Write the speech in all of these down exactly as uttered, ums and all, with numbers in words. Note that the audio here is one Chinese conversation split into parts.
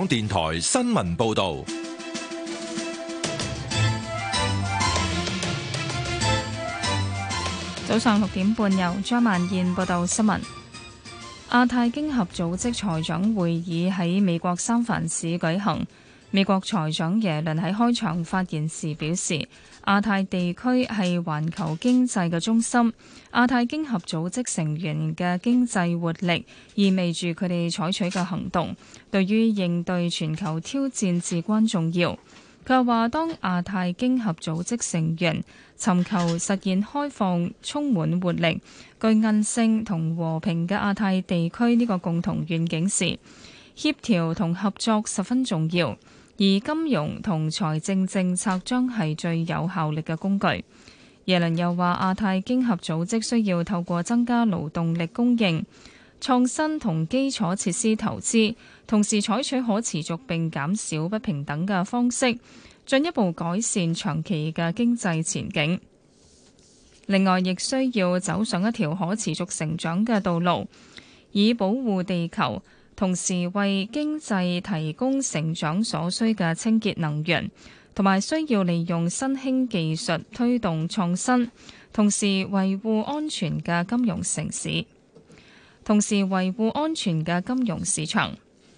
電台新聞報道。 早上六點半，由張萬燕報道新聞。亞太經合組織財長會議喺美國三藩市舉行。美國財長耶倫喺開場發言時表示，亞太地區係環球經濟嘅中心，亞太經合組織成員嘅經濟活力意味住佢哋採取嘅行動，對於應對全球挑戰至關重要。佢又話，當亞太經合組織成員尋求實現開放、充滿活力、具韌性同和平嘅亞太地區呢個共同願景時，協調同合作十分重要。而金融同財政政策將係最有效力嘅工具。耶倫又話，亞太經合組織需要透過增加勞動力供應、創新同基礎設施投資，同時採取可持續並減少不平等嘅方式，進一步改善長期嘅經濟前景。另外，亦需要走上一條可持續成長嘅道路，以保護地球，同時為經濟提供成長所需嘅清潔能源，同埋需要利用新興技術推動創新，同時維護安全嘅金融城市，同時維護安全嘅金融市場。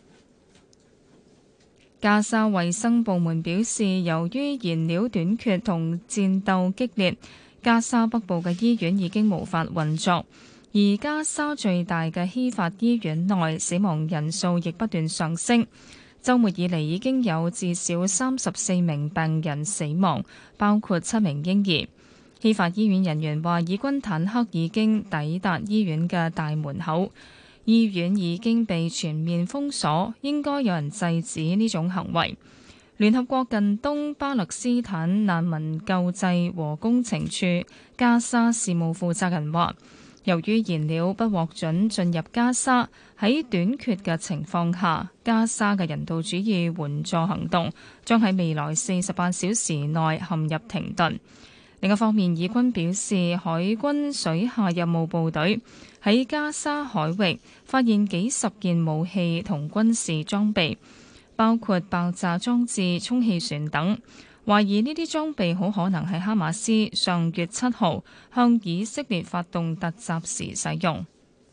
加沙衛生部門表示，由於燃料短缺同戰鬥激烈，加沙北部嘅醫院已經無法運作。而加沙最大嘅希法醫院內死亡人數亦不斷上升，週末以嚟已經有至少三十四名病人死亡，包括七名嬰兒。希法醫院人員話，以軍坦克已經抵達醫院嘅大門口，醫院已經被全面封鎖，應該有人制止呢種行為。聯合國近東巴勒斯坦難民救濟和工程處加沙事務負責人話，由於燃料不獲准進入加沙，喺短缺嘅情況下，加沙嘅人道主義援助行動將喺未來四十八小時內陷入停頓。另一方面，以軍表示，海軍水下任務部隊喺加沙海域發現幾十件武器同軍事裝備，包括爆炸裝置、充氣船等。懷疑呢啲裝備好可能係哈馬斯上月七號向以色列發動突襲時使用。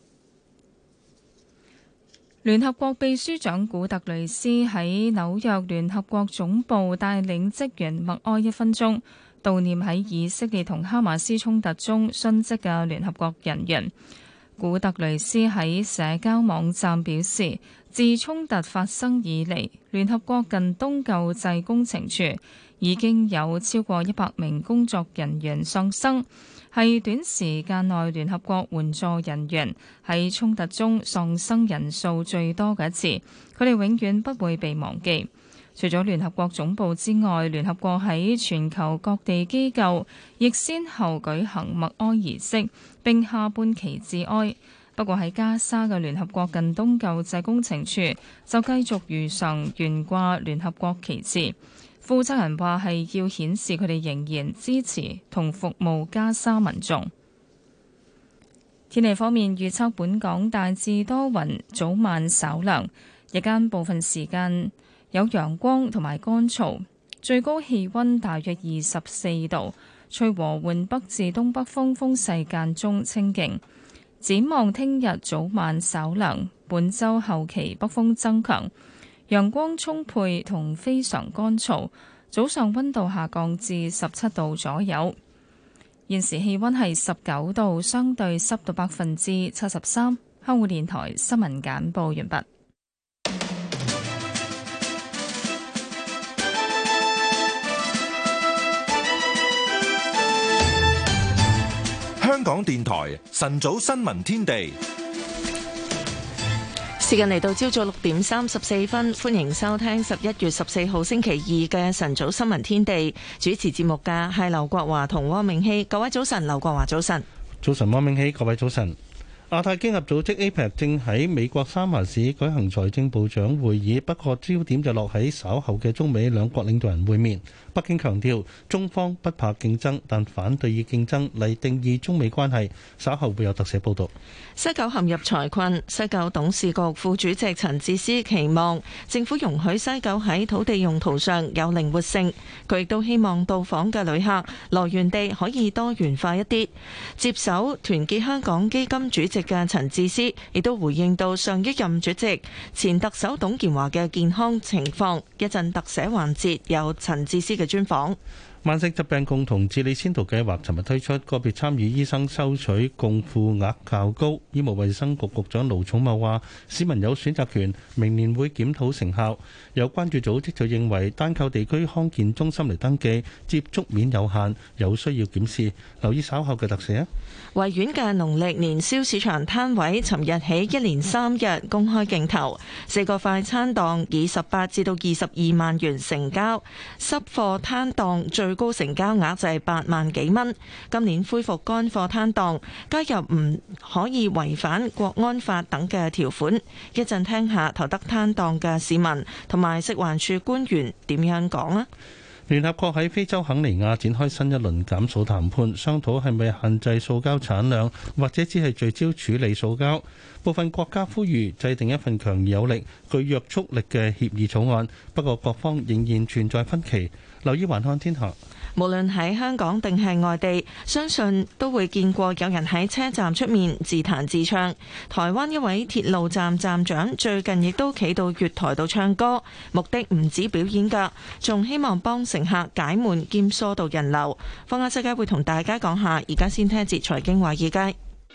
聯合國秘書長古特雷斯喺紐約聯合國總部帶領職員默哀一分鐘，悼念喺以色列同哈馬斯衝突中殉職嘅聯合國人員。古特雷斯喺社交網站表示，自衝突發生以嚟，聯合國近東救濟工程處已經有超過一百名工作人員喪生，係短時間內聯合國援助人員喺衝突中喪生人數最多嘅一次。佢哋永遠不會被忘記。除咗聯合國總部之外，聯合國喺全球各地機構亦先後舉行默哀儀式，並下半旗致哀。不過喺加沙嘅聯合國近東救濟工程處就繼續如常懸掛聯合國旗幟。負責人話係要顯示佢哋仍然支持同服務加沙民眾。天氣方面預測，本港大致多雲，早晚稍涼，日間部分時間有陽光同埋乾燥，最高氣溫大約二十四度，吹和緩北至東北風，風勢間中清勁。展望聽日早晚稍涼，本週後期北風增強，陽光充沛同非常乾燥，早上溫度下降至十七度左右。現時氣溫係十九度，相對濕度百分之七十三。香港電台新聞簡報完畢。 香港電台晨早新聞天地， 時間嚟到朝早六點三十四分，歡迎收聽十一月十四號星期二嘅晨早新聞天地。主持節目嘅係劉國華同汪明熙。各位早晨，劉國華早晨。 早晨，汪明熙。各位早晨。 亞太經合組織 A P E C 正喺美國三藩市舉行財政部長會議，不過焦點就落喺稍後嘅中美兩國領導人會面。北京強調中方不怕競爭，但反對以競爭嚟定義中美關係。稍後會有特寫報道。 西九陷入財困，西九董事局副主席陳智思期望政府容許西九喺土地用途上有靈活性。佢亦都希望到訪嘅旅客來源地可以多元化一啲。接手團結香港基金主席嘅陳智思亦都回應到上一任主席前特首董建華嘅健康情況。一陣特寫環節有陳智思嘅專訪。 慢性疾病共同治理先導計劃尋日推出，個別參與醫生收取共付額較高。醫務衛生局局長盧寵茂話：市民有選擇權，明年會檢討成效。有關注組織就認為，單靠地區康健中心嚟登記，接觸面有限，有需要檢視。留意稍後嘅特寫啊！ 維園嘅農曆年宵市場攤位，尋日起一連三日公開競投，四個快餐檔以十八至到二十二萬元成交，濕貨攤檔最高成交額就係八萬幾蚊。今年恢復乾貨攤檔，加入唔可以違反國安法等嘅條款。一陣聽下投得攤檔嘅市民同埋食環署官員點樣講啊！ 聯合國喺非洲肯尼亞展開新一輪減塑談判，商討係咪限制塑膠產量，或者只係聚焦處理塑膠。部分國家呼籲制定一份強而有力、具約束力嘅協議草案，不過各方仍然存在分歧。留意環看天下。 無論喺香港定係外地，相信都會見過有人喺車站出面自彈自唱。台灣一位鐵路站站長最近亦都企到月台度唱歌，目的唔止表演㗎，仲希望幫乘客解悶兼疏導人流。放眼世界會同大家講下，而家先聽一節財經華爾街。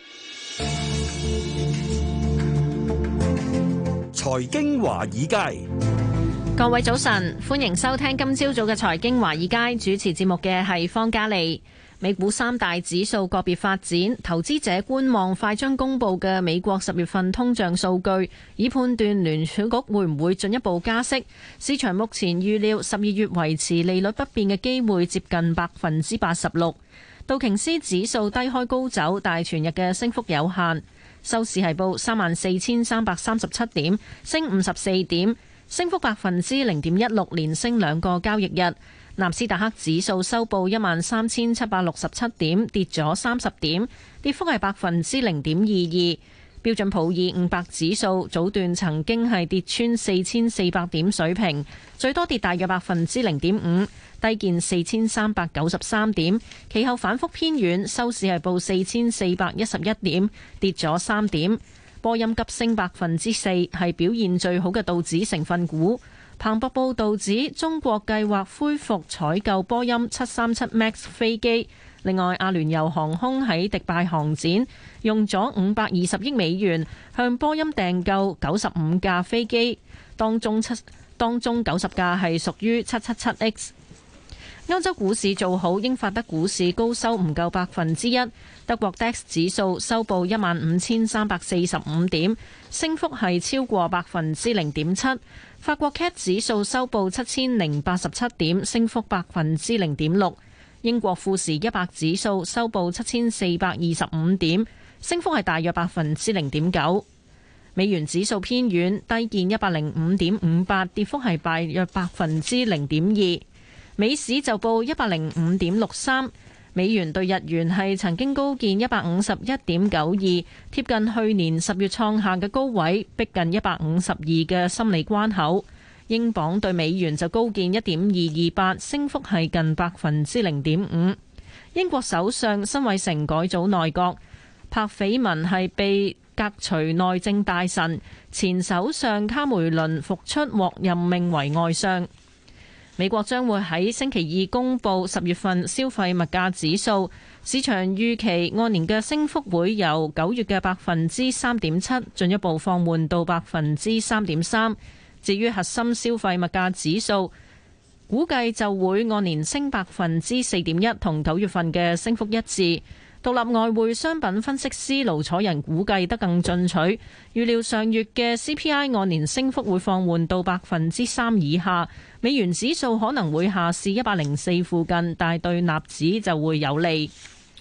財經華爾街。 各位早晨，歡迎收聽今朝早嘅財經華爾街，主持節目嘅係方嘉利。美股三大指數個別發展，投資者觀望快將公布嘅美國十月份通脹數據，以判斷聯儲局會唔會進一步加息。市場目前預料十二月維持利率不變嘅機會接近百分之八十六。道瓊斯指數低開高走，但全日嘅升幅有限，收市係報三萬四千三百三十七點，升五十四點。升幅百分之零點一六，連升兩個交易日。納斯達克指數收報一萬三千七百六十七點，跌咗三十點，跌幅係百分之零點二二。標準普爾五百指數早段曾經係跌穿四千四百點水平，最多跌大約百分之零點五，低見四千三百九十三點。其後反覆偏軟，收市係報四千四百一十一點，跌咗三點。波音急升百分之四，係表現最好嘅道指成分股。彭博報道指，中國計劃恢復採購波音七三七 MAX 飛機。另外，阿聯酋航空喺迪拜航展用咗五百二十億美元向波音訂購九十五架飛機，當中七當中九十架係屬於七七七 X。歐洲股市做好，英法德股市高收唔夠百分之一。德國 D A X 指數收報一萬五千三百四十五點，升幅係超過百分之零點七。法國 C A T 指數收報七千零八十七點，升幅百分之零點六。英國富時一百指數收報七千四百二十五點，升幅係大約百分之零點九。美元指數偏軟，低見一百零五點五八，跌幅係大約百分之零點二。美市就報一百零五點六三，美元對日元係曾經高見一百五十一點九二，貼近去年十月創下嘅高位，逼近一百五十二嘅心理關口。英鎊對美元就高見一點二二八，升幅係近百分之零點五。英國首相辛偉誠改組內閣，柏斐文係被革除內政大臣，前首相卡梅倫復出獲任命為外相。美國將會喺星期二公布十月份消費物價指數，市場預期按年嘅升幅會由九月嘅百分之三點七進一步放緩到百分之三點三。至於核心消費物價指數，估計就會按年升百分之四點一，同九月份嘅升幅一致。獨立外匯商品分析師盧楚仁估計得更進取，預料上月嘅 C P I 按年升幅會放緩到百分之三以下，美元指數可能會下試一百零四附近，但係對納指就會有利。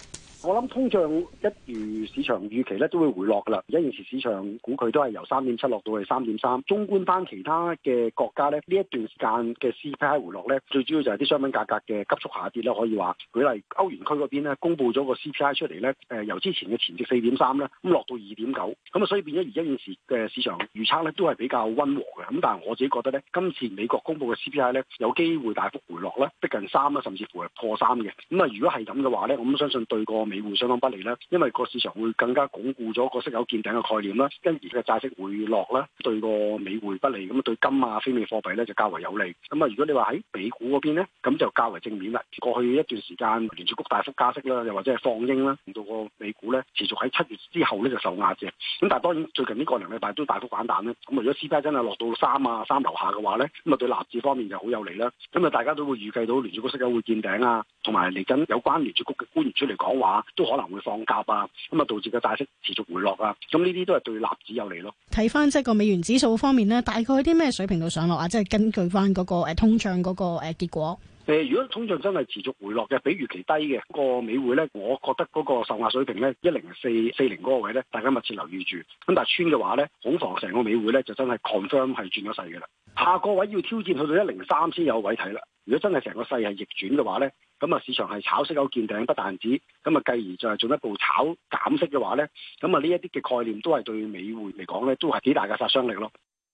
我諗通脹一如市場預期咧都會回落㗎啦。而家現時市場估佢都係由三點七落到去三點三。綜觀翻其他嘅國家咧，呢一段時間嘅 C P I 回落咧，最主要就係啲商品價格嘅急速下跌啦。可以話，舉例歐元區嗰邊咧，公布咗個 C P I 出嚟咧，誒由之前嘅前值四點三咧，咁落到二點九，咁啊所以變咗而家現時嘅市場預測咧都係比較溫和嘅。咁但係我自己覺得咧，今次美國公布嘅 C P I 咧有機會大幅回落咧，逼近三啦，甚至乎係破三嘅。咁啊如果係咁嘅話咧，我咁相信對個美匯相當不利啦，因為個市場會更加鞏固咗個息口見頂嘅概念啦，跟住嘅債息回落啦，對個美匯不利，咁啊對金啊非美貨幣咧就較為有利。咁啊如果你話喺美股嗰邊咧，咁就較為正面啦。過去一段時間聯儲局大幅加息啦，又或者係放鷹啦，令到個美股咧持續喺七月之後咧就受壓嘅。咁但係當然最近呢個零禮拜都大幅反彈咧。咁如果 C P I 真係落到三啊三樓下嘅話咧，咁啊對納指方面就好有利啦。咁啊大家都會預計到聯儲局息口會見頂啊，同埋嚟緊有關聯儲局嘅官員出嚟講話都可能會放鴿啊，咁啊導致個債息持續回落啊。咁呢啲都係對納指有利咯。 睇翻即係個美元指數方面咧，大概啲咩水平度上落啊？即係根據翻嗰個誒通脹嗰個誒結果。 誒，如果通脹真係持續回落嘅，比預期低嘅個美匯咧，我覺得嗰個受壓水平咧，一零四四零嗰個位咧，大家密切留意住。咁但係穿嘅話咧，恐防成個美匯咧就真係 confirm 係轉咗勢嘅啦。下個位要挑戰去到一零三先有位睇啦。如果真係成個勢係逆轉嘅話咧，咁啊市場係炒息口見頂不但止，咁啊繼而就係進一步炒減息嘅話咧，咁啊呢一啲嘅概念都係對美匯嚟講咧，都係幾大嘅殺傷力咯。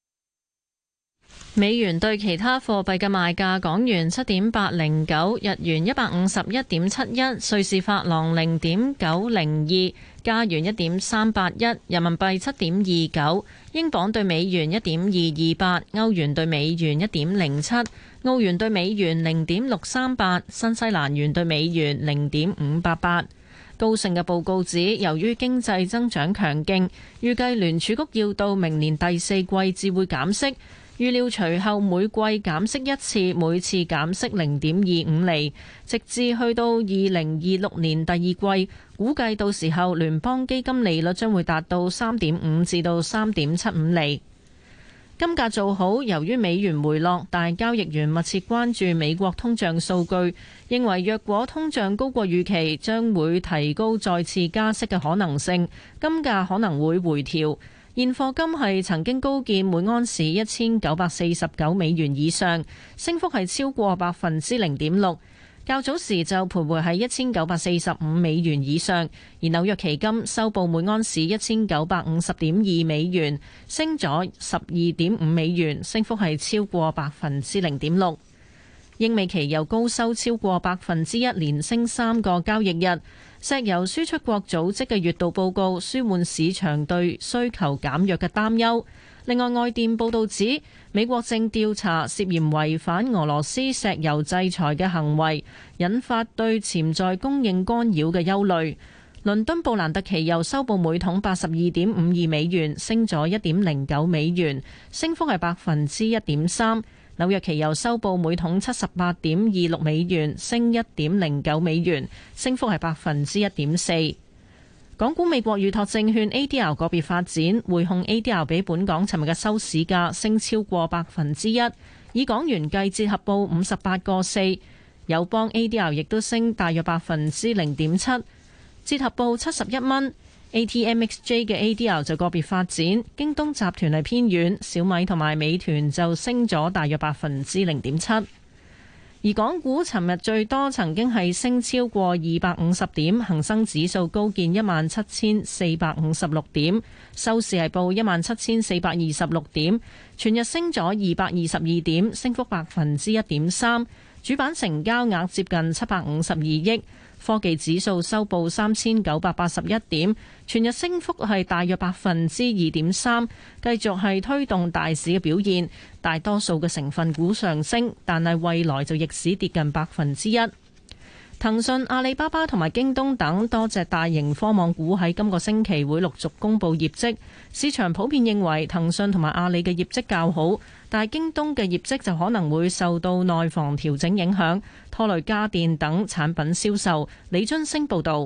美元對其他貨幣嘅賣價：港元七點八零九，日元一百五十一點七一，瑞士法郎零點九零二，加元一點三八一，人民幣七點二九，英鎊對美元一點二二八，歐元對美元一點零七，澳元對美元零點六三八，新西蘭元對美元零點五八八。高盛嘅報告指，由於經濟增長強勁，預計聯儲局要到明年第四季至會減息。預料隨後每季減息一次，每次減息零點二五厘，直至去到二零二六年第二季，估計到時候聯邦基金利率將會達到三點五至到三點七五厘。金價做好，由於美元回落，但交易員密切關注美國通脹數據，認為若果通脹高過預期，將會提高再次加息嘅可能性，金價可能會回調。現貨金係曾經高見每安士一千九百四十九美元以上，升幅係超過百分之零點六。較早時就徘徊喺一千九百四十五美元以上，而紐約期金收報每安士一千九百五十點二美元，升咗十二點五美元，升幅係超過百分之零點六。英美期油高收超過百分之一，連升三個交易日。石油輸出國組織嘅月度報告舒緩市場對需求減弱嘅擔憂。另外，外電報導指，美國正調查涉嫌違反俄羅斯石油制裁嘅行為，引發對潛在供應干擾嘅憂慮。倫敦布蘭特期油收報每桶八十二點五二美元，升咗一點零九美元，升幅係百分之一點三。紐約期油收報每桶七十八點二六美元，升一點零九美元，升幅係百分之一點四。港股美國預託證券 A D R 個別發展，匯控 A D R 比本港尋日嘅收市價升超過百分之一，以港元計折合報五十八個四。友邦 A D R 亦都升大約百分之零點七，折合報七十一蚊。A T M X J 嘅 A D R 就個別發展，京東集團係偏軟，小米同埋美團就升咗大約百分之零點七。而港股尋日最多曾經係升超過二百五十點，恒生指數高見一萬七千四百五十六點，收市係報一萬七千四百二十六點，全日升咗二百二十二點，升幅百分之一點三。主板成交額接近七百五十二億。科技指數收報三千九百八十一點，全日升幅係大約百分之二點三，繼續係推動大市嘅表現。大多數嘅成分股上升，但係蔚來就逆市跌近百分之一。騰訊、阿里巴巴同埋京東等多隻大型科網股喺今個星期會陸續公布業績，市場普遍認為騰訊同埋阿里嘅業績較好，但係京東嘅業績就可能會受到內房調整影響，拖累家電等產品銷售。李津升報導。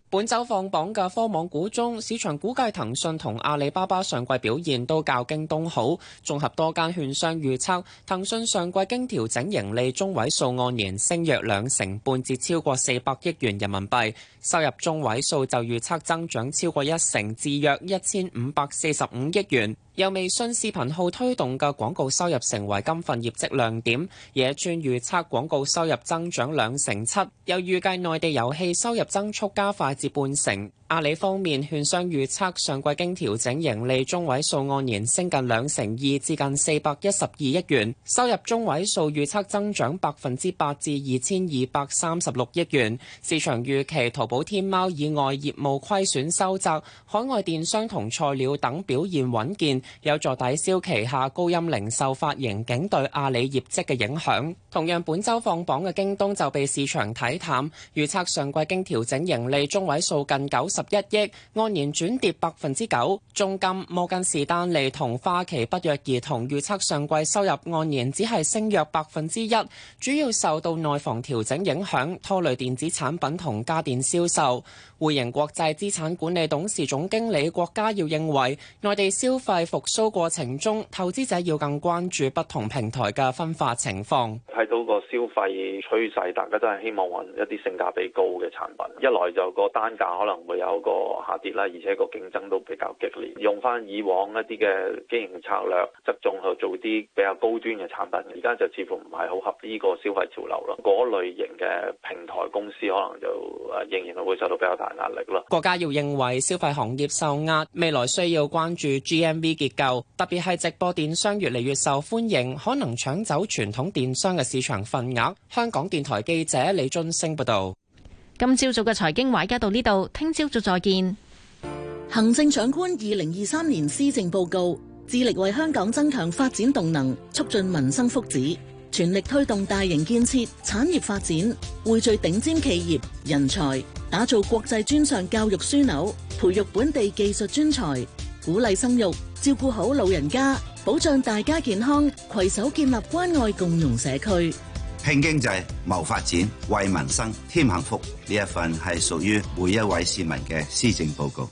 本週放榜嘅科網股中，市場估計騰訊同阿里巴巴上季表現都較京東好。綜合多間券商預測，騰訊上季經調整盈利中位數按年升約兩成半，至超過四百億元人民幣；收入中位數就預測增長超過一成，至約一千五百四十五億元。由微信視頻號推動嘅廣告收入成為今份業績亮點，野村預測廣告收入增長兩成七，又預計內地遊戲收入增速加快至半成。阿里方面，券商預測上季經調整盈利中位數按年升近兩成二，至近四百一十二億元；收入中位數預測增長百分之八，至二千二百三十六億元。市場預期淘寶、天貓以外業務虧損收窄，海外電商同菜鳥等表現穩健，有助抵消旗下高鑫零售發盈警對阿里業績嘅影響。同樣本週放榜嘅京東就被市場睇淡，預測上季經調整盈利中位數近九十一億，按年轉跌百分之九。中金、摩根士丹利同花旗不約而同預測上季收入按年只係升約百分之一，主要受到內房調整影響，拖累電子產品同家電銷售。匯盈國際資產管理董事總經理郭家耀認為，內地消費復甦過程中，投資者要更關注不同平台嘅分化情況。 睇到個消費趨勢，大家都係希望揾一啲性價比高嘅產品。一來就個單價可能會有個下跌啦，而且個競爭都比較激烈。用翻以往一啲嘅經營策略，側重去做啲比較高端嘅產品。而家就似乎唔係好合呢個消費潮流咯。嗰類型嘅平台公司可能就誒仍然會受到比較大壓力咯。 郭家耀認為消費行業受壓，未來需要關注 G M V 結構，特別係直播電商越嚟越受歡迎，可能搶走傳統電商嘅市場份額。香港電台記者李津升報道。 今朝早嘅財經話家到呢度，聽朝早再見。 行政長官二零二三年施政報告，致力為香港增強發展動能，促進民生福祉，全力推動大型建設、產業發展，匯聚頂尖企業人才，打造國際專上教育樞紐，培育本地技術專才，鼓勵生育，照顧好老人家，保障大家健康，攜手建立關愛共融社區。 拼經濟、謀發展、為民生添幸福，呢一份係屬於每一位市民嘅施政報告。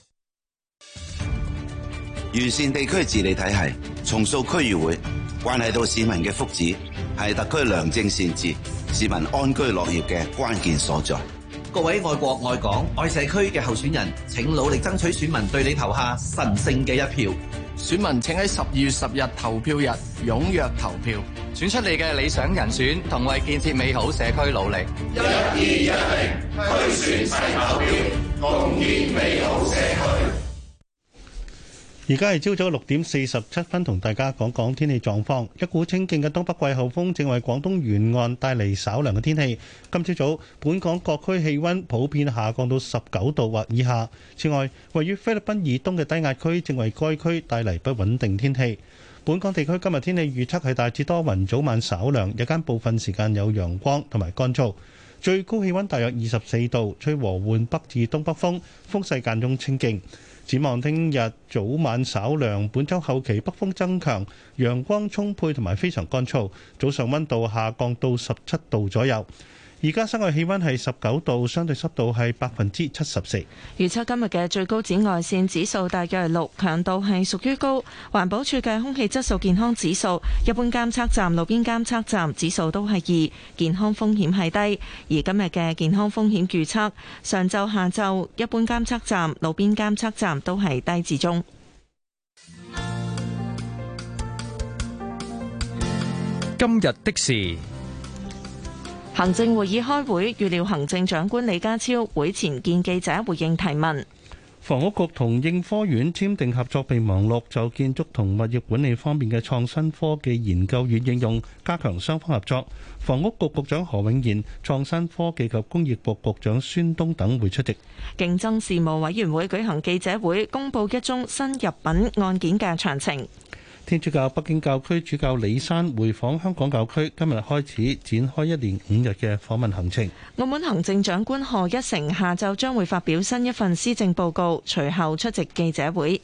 完善地區治理體系，重塑區議會，關係到市民嘅福祉，係特區良政善治、市民安居樂業嘅關鍵所在。 各位愛國愛港愛社區嘅候選人，請努力爭取選民對你投下神聖嘅一票。 選民請喺十二月十日投票日踴躍投票，選出你嘅理想人選，同為建設美好社區努力。 一、二、一零，區選齊投票，共建美好社區。 而家係朝早六點四十七分，同大家講講天氣狀況。一股清勁嘅東北季候風正為廣東沿岸帶嚟稍涼嘅天氣。今朝早本港各區氣溫普遍下降到十九度或以下。此外，位於菲律賓以東嘅低壓區正為該區帶嚟不穩定天氣。本港地區今日天氣預測係大致多雲，早晚稍涼，日間部分時間有陽光同埋乾燥，最高氣溫大約二十四度，吹和緩北至東北風，風勢間中清勁。展望聽日早晚稍涼，本週後期北風增強，陽光充沛同埋非常乾燥，早上溫度下降到十七度左右。而家室外氣溫係十九度，相對濕度係百分之七十四。 預測今日嘅最高紫外線指數大約係六，強度係屬於高。環保署嘅空氣質素健康指數，一般監測站、路邊監測站指數都係二，健康風險係低。而今日嘅健康風險預測，上晝、下晝一般監測站、路邊監測站都係低至中。 今日的事。 行政會議開會，預料行政長官李家超會前見記者回應提問。 房屋局同應科院簽訂合作備忘錄，就建築同物業管理方面嘅創新科技研究與應用加強雙方合作。房屋局局長何永賢、創新科技及工業局局長孫東等會出席。 競爭事務委員會舉行記者會，公布一宗新入稟案件嘅詳情。 天主教北京教區主教李山回訪香港教區，今日開始展開一連五日嘅訪問行程。 澳門行政長官賀一誠下晝將會發表新一份施政報告，隨後出席記者會。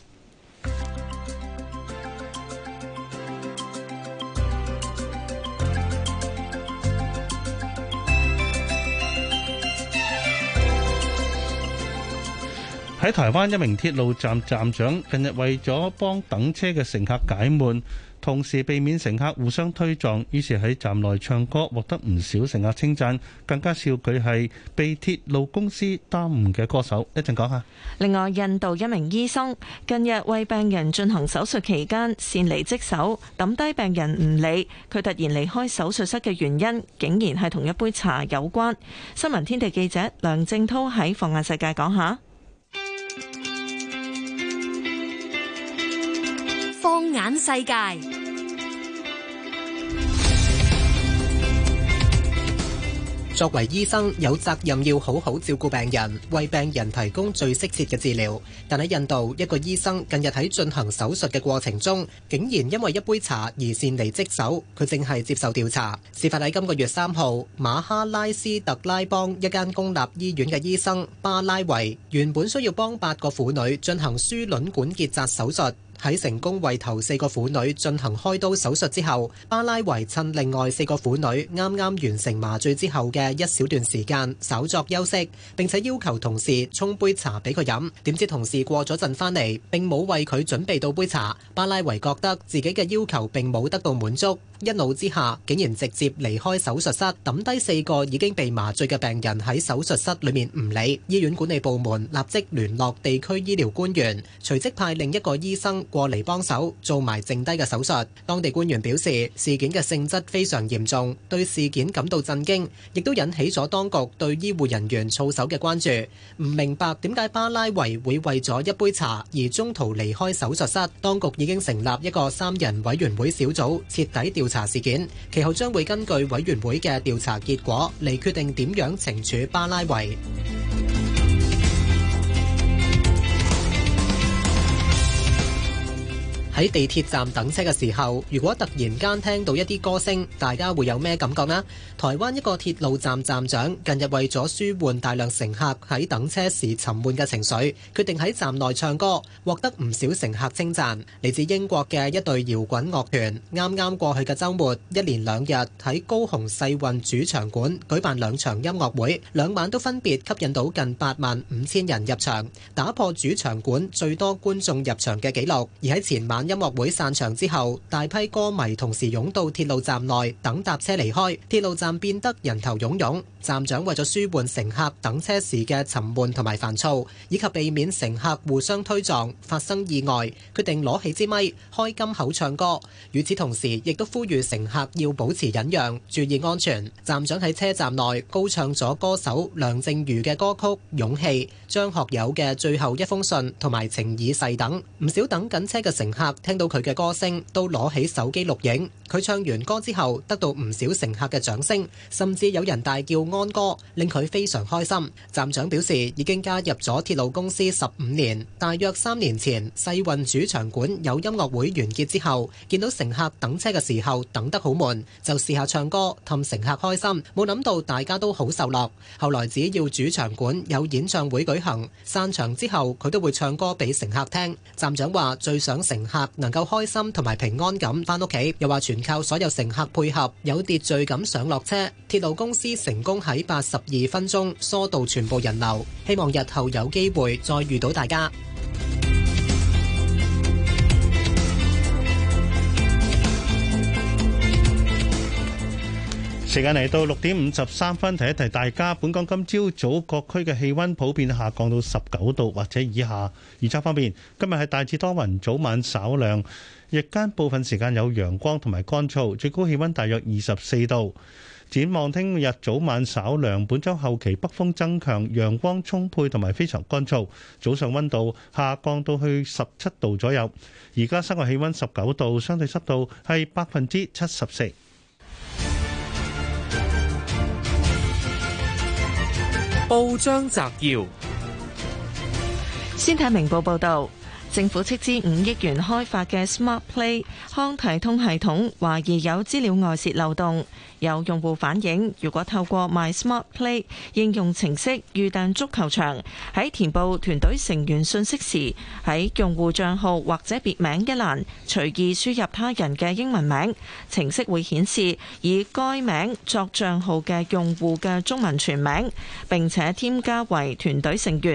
喺台灣，一名鐵路站站長近日為咗幫等車嘅乘客解悶，同時避免乘客互相推撞，於是喺站內唱歌，獲得唔少乘客稱讚，更加笑佢係被鐵路公司耽誤嘅歌手。一陣講下。 另外，印度一名醫生近日為病人進行手術期間擅離職守，抌低病人唔理，佢突然離開手術室嘅原因，竟然係同一杯茶有關。新聞天地記者梁正濤喺放眼世界講下。 放眼世界，作為醫生，有責任要好好照顧病人，為病人提供最適切嘅治療。但喺印度，一個醫生近日喺進行手術嘅過程中，竟然因為一杯茶而擅離職守。佢正係接受調查。事發喺今個月三號，馬哈拉斯特拉邦一間公立醫院嘅醫生巴拉維，原本需要幫八個婦女進行輸卵管結紮手術。喺成功為頭四個婦女進行開刀手術之後，巴拉維趁另外四個婦女啱啱完成麻醉之後嘅一小段時間稍作休息，並且要求同事沖杯茶俾佢飲。點知同事過咗陣返嚟，並冇為佢準備到杯茶。巴拉維覺得自己嘅要求並冇得到滿足，一怒之下竟然直接離開手術室，抌低四個已經被麻醉嘅病人喺手術室裏面唔理。醫院管理部門立即聯絡地區醫療官員，隨即派另一個醫生過嚟幫手做埋剩低嘅手術。當地官員表示，事件嘅性質非常嚴重，對事件感到震驚，亦都引起咗當局對醫護人員操守嘅關注。唔明白點解巴拉維會為咗一杯茶而中途離開手術室。當局已經成立一個三人委員會小組，徹底調查事件，其後將會根據委員會嘅調查結果嚟決定點樣懲處巴拉維。喺地鐵站等車嘅時候，如果突然間聽到一啲歌聲，大家會有咩感覺呢？台灣一個鐵路站站長近日為咗舒緩大量乘客喺等車時沉悶嘅情緒，決定喺站內唱歌，獲得唔少乘客稱讚。嚟自英國嘅一隊搖滾樂團，啱啱過去嘅週末，一連兩日喺高雄世運主場館舉辦兩場音樂會，兩晚都分別吸引到近八萬五千人入場，打破主場館最多觀眾入場嘅紀錄。而喺前晚音樂會散場之後，大批歌迷同時湧到鐵路站內等搭車離開，鐵路站變得人頭湧湧。站長為咗舒緩乘客等車時嘅沉悶同埋煩躁，以及避免乘客互相推撞發生意外，決定攞起支咪開金口唱歌。與此同時，亦都呼籲乘客要保持忍讓，注意安全。站長喺車站內高唱咗歌手梁靜茹嘅歌曲《勇氣》、張學友嘅《最後一封信》同埋《情已逝》等。唔少等緊車嘅乘客聽到佢嘅歌聲，都攞起手機錄影。佢唱完歌之後，得到唔少乘客嘅掌聲，甚至有人大叫安歌，令佢非常開心。站長表示，已經加入咗鐵路公司十五年，大約三年前世運主場館有音樂會完結之後，見到乘客等車嘅時候等得好悶，就試下唱歌氹乘客開心，冇諗到大家都好受落。後來只要主場館有演唱會舉行，散場之後佢都會唱歌俾乘客聽。站長話最想乘客能夠開心同埋平安咁返屋企，又話全靠所有乘客配合，有秩序咁上落車。鐵路公司成功喺八十二分鐘疏導全部人流，希望日後有機會再遇到大家。 時間嚟到六點五十三分，提一提大家，本港今朝早各區嘅氣溫普遍下降到十九度或者以下。預測方面，今日係大致多雲，早晚稍涼，日間部分時間有陽光同埋乾燥，最高氣溫大約二十四度。展望聽日早晚稍涼，本週後期北風增強，陽光充沛同埋非常乾燥，早上溫度下降到去十七度左右。而家室外氣溫十九度，相對濕度係百分之七十四。 報章摘要： 先睇明報報道，政府斥資五億元開發嘅 Smart Play 康體通系統，懷疑有資料外泄漏洞。有用戶反映，如果透過 My Smart Play 應用程式預訂足球場，喺填報團隊成員信息時，喺用戶帳號或者別名一欄隨意輸入他人嘅英文名，程式會顯示以該名作帳號嘅用戶嘅中文全名，並且添加為團隊成員。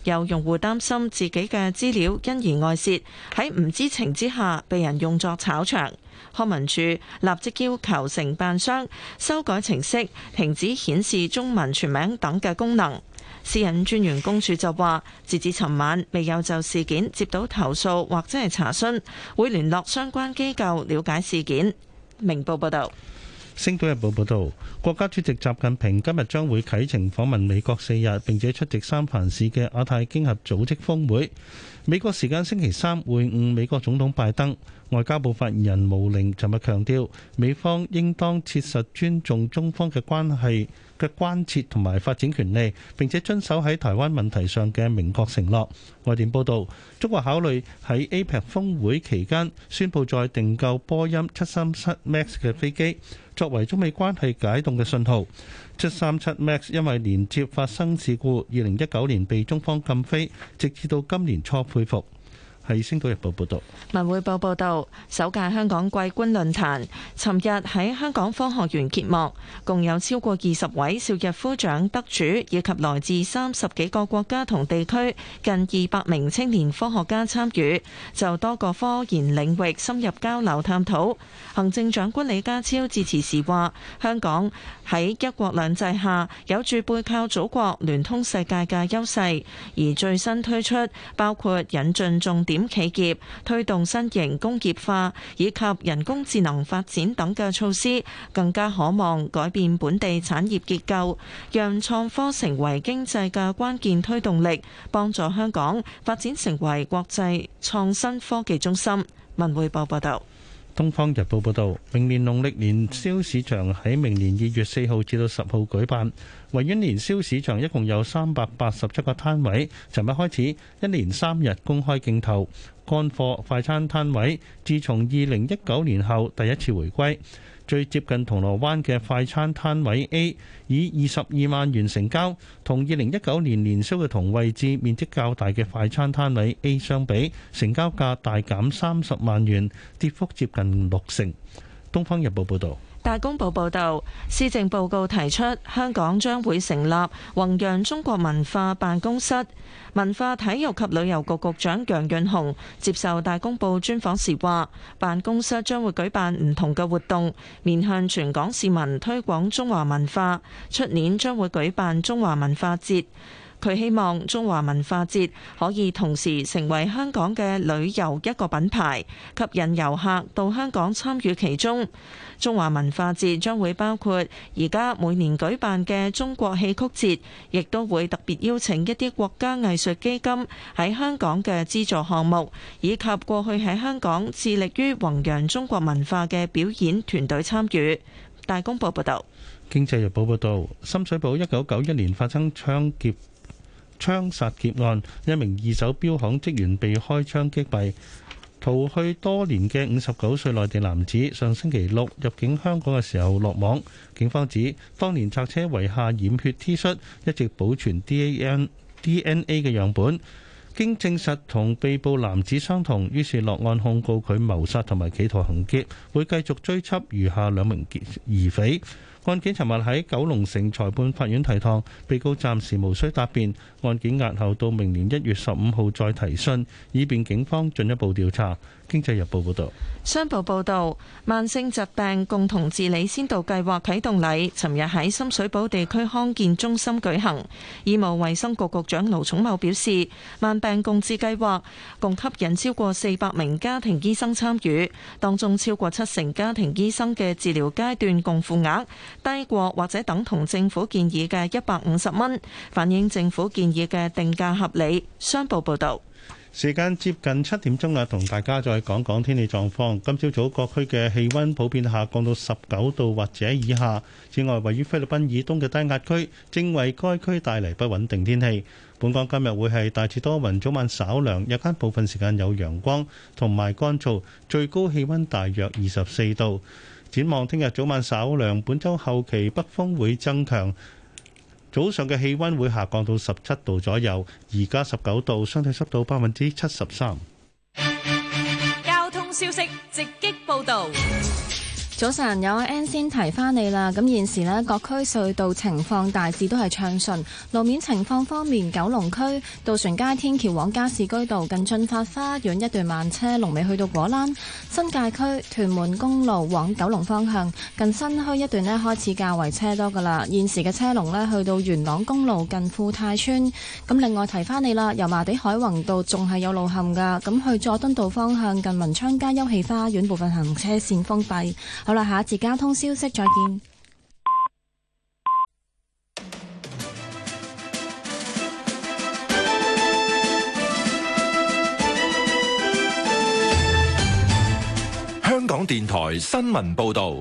有用戶擔心自己嘅資料因而外泄，喺唔知情之下被人用作炒場。康文署立即要求承辦商修改程式，停止顯示中文全名等嘅功能。私隱專員公署就話，截至尋晚未有就事件接到投訴或者係查詢，會聯絡相關機構了解事件。明報報道。 星島日報報導，國家主席習近平今日將會啟程訪問美國四日，並且出席三藩市嘅亞太經合組織峰會。美國時間星期三會晤美國總統拜登。外交部發言人毛寧尋日強調，美方應當切實尊重中方嘅關係嘅關切同埋發展權利，並且遵守喺台灣問題上嘅明確承諾。外電報導，中國考慮喺 A P E C 峰會期間宣布再訂購波音七三七 MAX 嘅飛機，作為中美關係解凍嘅信號。七三七 MAX 因為連接發生事故，二零一九年被中方禁飛，直至到今年初恢復。係《星島日報》報道。 文匯報報道，首屆香港季觀論壇尋日喺香港科學園揭幕，共有超過二十位邵逸夫獎得主，以及來自三十幾個國家同地區近二百名青年科學家參與，就多個科研領域深入交流探討。行政長官李家超致辭時話，香港喺一國兩制下有住背靠祖國、聯通世界嘅優勢，而最新推出包括引進重點企業、推動新型工業化以及人工智能發展等嘅措施，更加可望改變本地產業結構，讓創科成為經濟嘅關鍵推動力，幫助香港發展成為國際創新科技中心。文匯報報道。 《東方日報》報導，明年農曆年宵市場喺明年二月四號至到十號舉辦。維園年宵市場一共有三百八十七個攤位，尋日開始一連三日公開競投。乾貨快餐攤位自從二零一九年後第一次回歸。最接近銅鑼灣嘅快餐攤位 A 以二十二萬元成交，同二零一九年年宵嘅同位置、面積較大嘅快餐攤位 A 相比，成交價大減三十萬元，跌幅接近六成。《東方日報》報導。 大公報報導，施政報告提出香港將會成立弘揚中國文化辦公室。文化體育及旅遊局局長楊潤雄接受大公報專訪時話，辦公室將會舉辦唔同嘅活動，面向全港市民推廣中華文化。出年將會舉辦中華文化節。佢希望中華文化節可以同時成為香港嘅旅遊一個品牌，吸引遊客到香港參與其中。中華文化節將會包括而家每年舉辦嘅中國戲曲節，亦都會特別邀請一啲國家藝術基金喺香港嘅資助項目，以及過去喺香港致力於弘揚中國文化嘅表演團隊參與。大公報報道。 《經濟日報》報道，深水埗一九九一年發生槍劫槍殺劫案，一名二手錶行職員被開槍擊斃。逃去多年嘅五十九歲內地男子上星期六入境香港嘅時候落網，警方指當年拆車遺下染血 T 恤一直保存 D N A 嘅樣本，經證實同被捕男子相同，於是落案控告佢謀殺同埋企圖行劫，會繼續追緝餘下兩名疑匪。案件尋日喺九龍城裁判法院提堂，被告暫時無需答辯，案件押後到明年一月十五號再提訊，以便警方進一步調查。經濟日報報道。 商報報導，慢性疾病共同治理先導計劃啟動禮，尋日喺深水埗地區康健中心舉行。醫務衛生局局長盧寵茂表示，慢病共治計劃共吸引超過四百名家庭醫生參與，當中超過七成家庭醫生嘅治療階段共付額低過或者等同政府建議嘅一百五十蚊，反映政府建議嘅定價合理。商報報導。 時間接近七點鐘啦，同大家再講講天氣狀況。今朝早各區嘅氣溫普遍下降到十九度或者以下。此外，位於菲律賓以東嘅低壓區正為該區帶嚟不穩定天氣。本港今日會係大致多雲，早晚稍涼，日間部分時間有陽光同埋乾燥，最高氣溫大約二十四度。展望聽日早晚稍涼，本週後期北風會增強。早上嘅氣溫會下降到十七度左右，而家十九度，相對濕度百分之七十三。 交通消息直擊報道。 早晨，有阿 N 先提翻你啦。咁現時呢，各區隧道情況大致都係暢順。路面情況方面，九龍區渡船街天橋往加士居道近進發花園一段慢車，龍尾去到果欄。新界區屯門公路往九龍方向近新墟一段呢，開始較為車多噶啦。現時嘅車龍呢，去到元朗公路近富泰村。咁另外提翻你啦，油麻地海泓道仲係有路陷噶，咁去佐敦道方向近文昌街休憩花園部分行車線封閉。好啦，下一節交通消息再見。 香港電台新聞報道。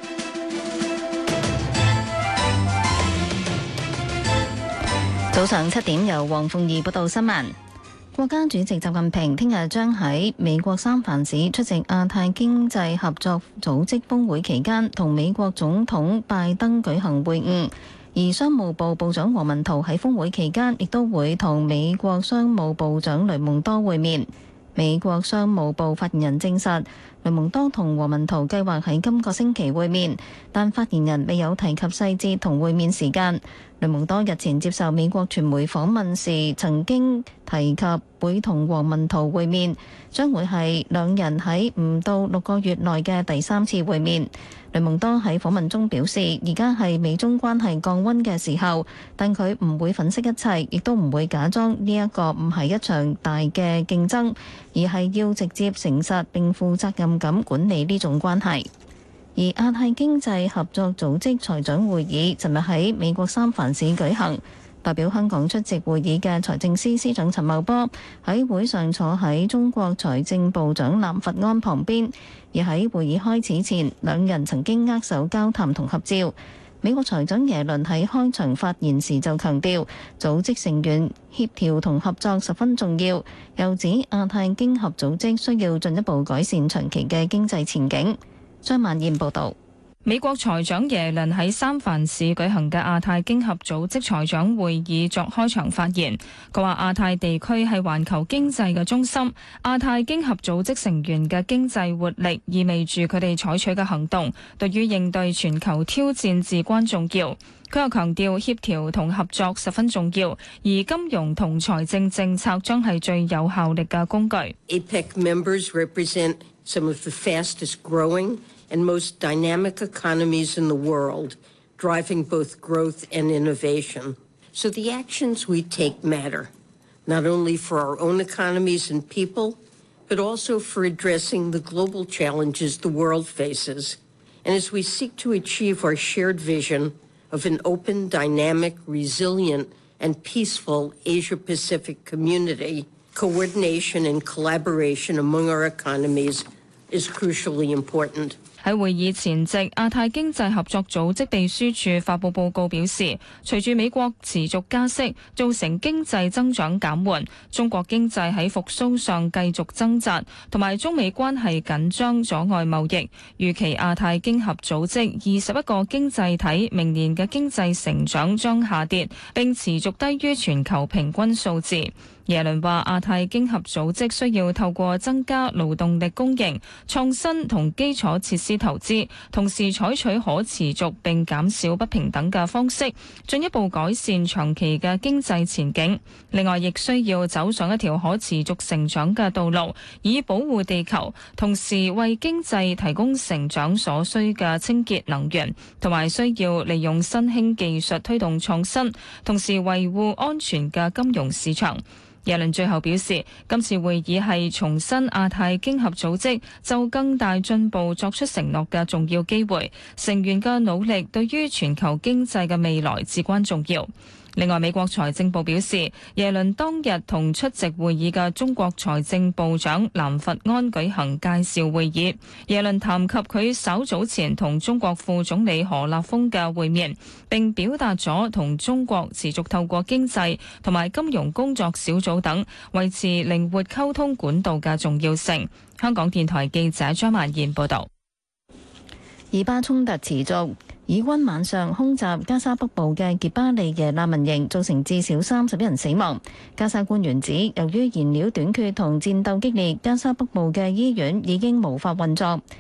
早上七點，由黃鳳儀報道新聞。國家主席習近平聽日將喺美國三藩市出席亞太經濟合作組織峰會期間，同美國總統拜登舉行會晤。而商務部部長王文濤喺峰會期間，亦都會同美國商務部長雷蒙多會面。美國商務部發言人證實，雷蒙多同王文濤計劃喺今個星期會面，但發言人未有提及細節同會面時間。雷蒙多日前接受美國傳媒訪問時，曾經提及會同王文濤會面，將會係兩人喺唔到六個月內嘅第三次會面。雷蒙多喺訪問中表示，而家係美中關係降溫嘅時候，但佢唔會粉飾一切，亦都唔會假裝呢一個唔係一場大嘅競爭，而係要直接誠實並負責任咁管理呢種關係。而亞太經濟合作組織財長會議尋日喺美國三藩市舉行，代表香港出席會議嘅財政司司長陳茂波喺會上坐喺中國財政部長藍佛安旁邊，而喺會議開始前，兩人曾經握手交談同合照。美國財長耶倫喺開場發言時就強調，組織成員協調同合作十分重要，又指亞太經合組織需要進一步改善長期嘅經濟前景。張曼燕報道。 美國財長耶倫喺三藩市舉行嘅亞太經合組織財長會議作開場發言，佢話亞太地區係環球經濟嘅中心，亞太經合組織成員嘅經濟活力意味住佢哋採取嘅行動對於應對全球挑戰至關重要。佢又強調協調同合作十分重要，而金融同財政政策將係最有效力嘅工具。 A P E C members represent some of the fastest growing and most dynamic economies in the world, driving both growth and innovation. So the actions we take matter, not only for our own economies and people, but also for addressing the global challenges the world faces. And as we seek to achieve our shared vision of an open, dynamic, resilient, and peaceful Asia-Pacific community, coordination and collaboration among our economies is crucially important. 喺會議前夕，亞太經濟合作組織秘書處發布報告表示，隨住美國持續加息，造成經濟增長減緩，中國經濟喺復甦上繼續掙扎，同埋中美關係緊張阻礙貿易。預期亞太經合組織二十一個經濟體明年嘅經濟成長將下跌，並持續低於全球平均數字。耶倫話亞太經合組織需要透過增加勞動力供應、創新同基礎設施投資，同時採取可持續並減少不平等嘅方式，進一步改善長期嘅經濟前景。另外，亦需要走上一條可持續成長嘅道路，以保護地球，同時為經濟提供成長所需嘅清潔能源，同埋需要利用新興技術推動創新，同時維護安全嘅金融市場。耶倫最後表示，今次會議係重申亞太經合組織就更大進步作出承諾嘅重要機會，成員嘅努力對於全球經濟嘅未來至關重要。另外，美國財政部表示，耶倫當日同出席會議嘅中國財政部長藍佛安舉行介紹會議。耶倫談及佢稍早前同中國副總理何立峰嘅會面，並表達咗同中國持續透過經濟同埋金融工作小組等維持靈活溝通管道嘅重要性。香港電台記者張曼燕報導。 以巴衝突持續，以軍晚上空襲加沙北部嘅傑巴利耶難民營，造成至少三十一人死亡。加沙官員指，由於燃料短缺同戰鬥激烈，加沙北部嘅醫院已經無法運作。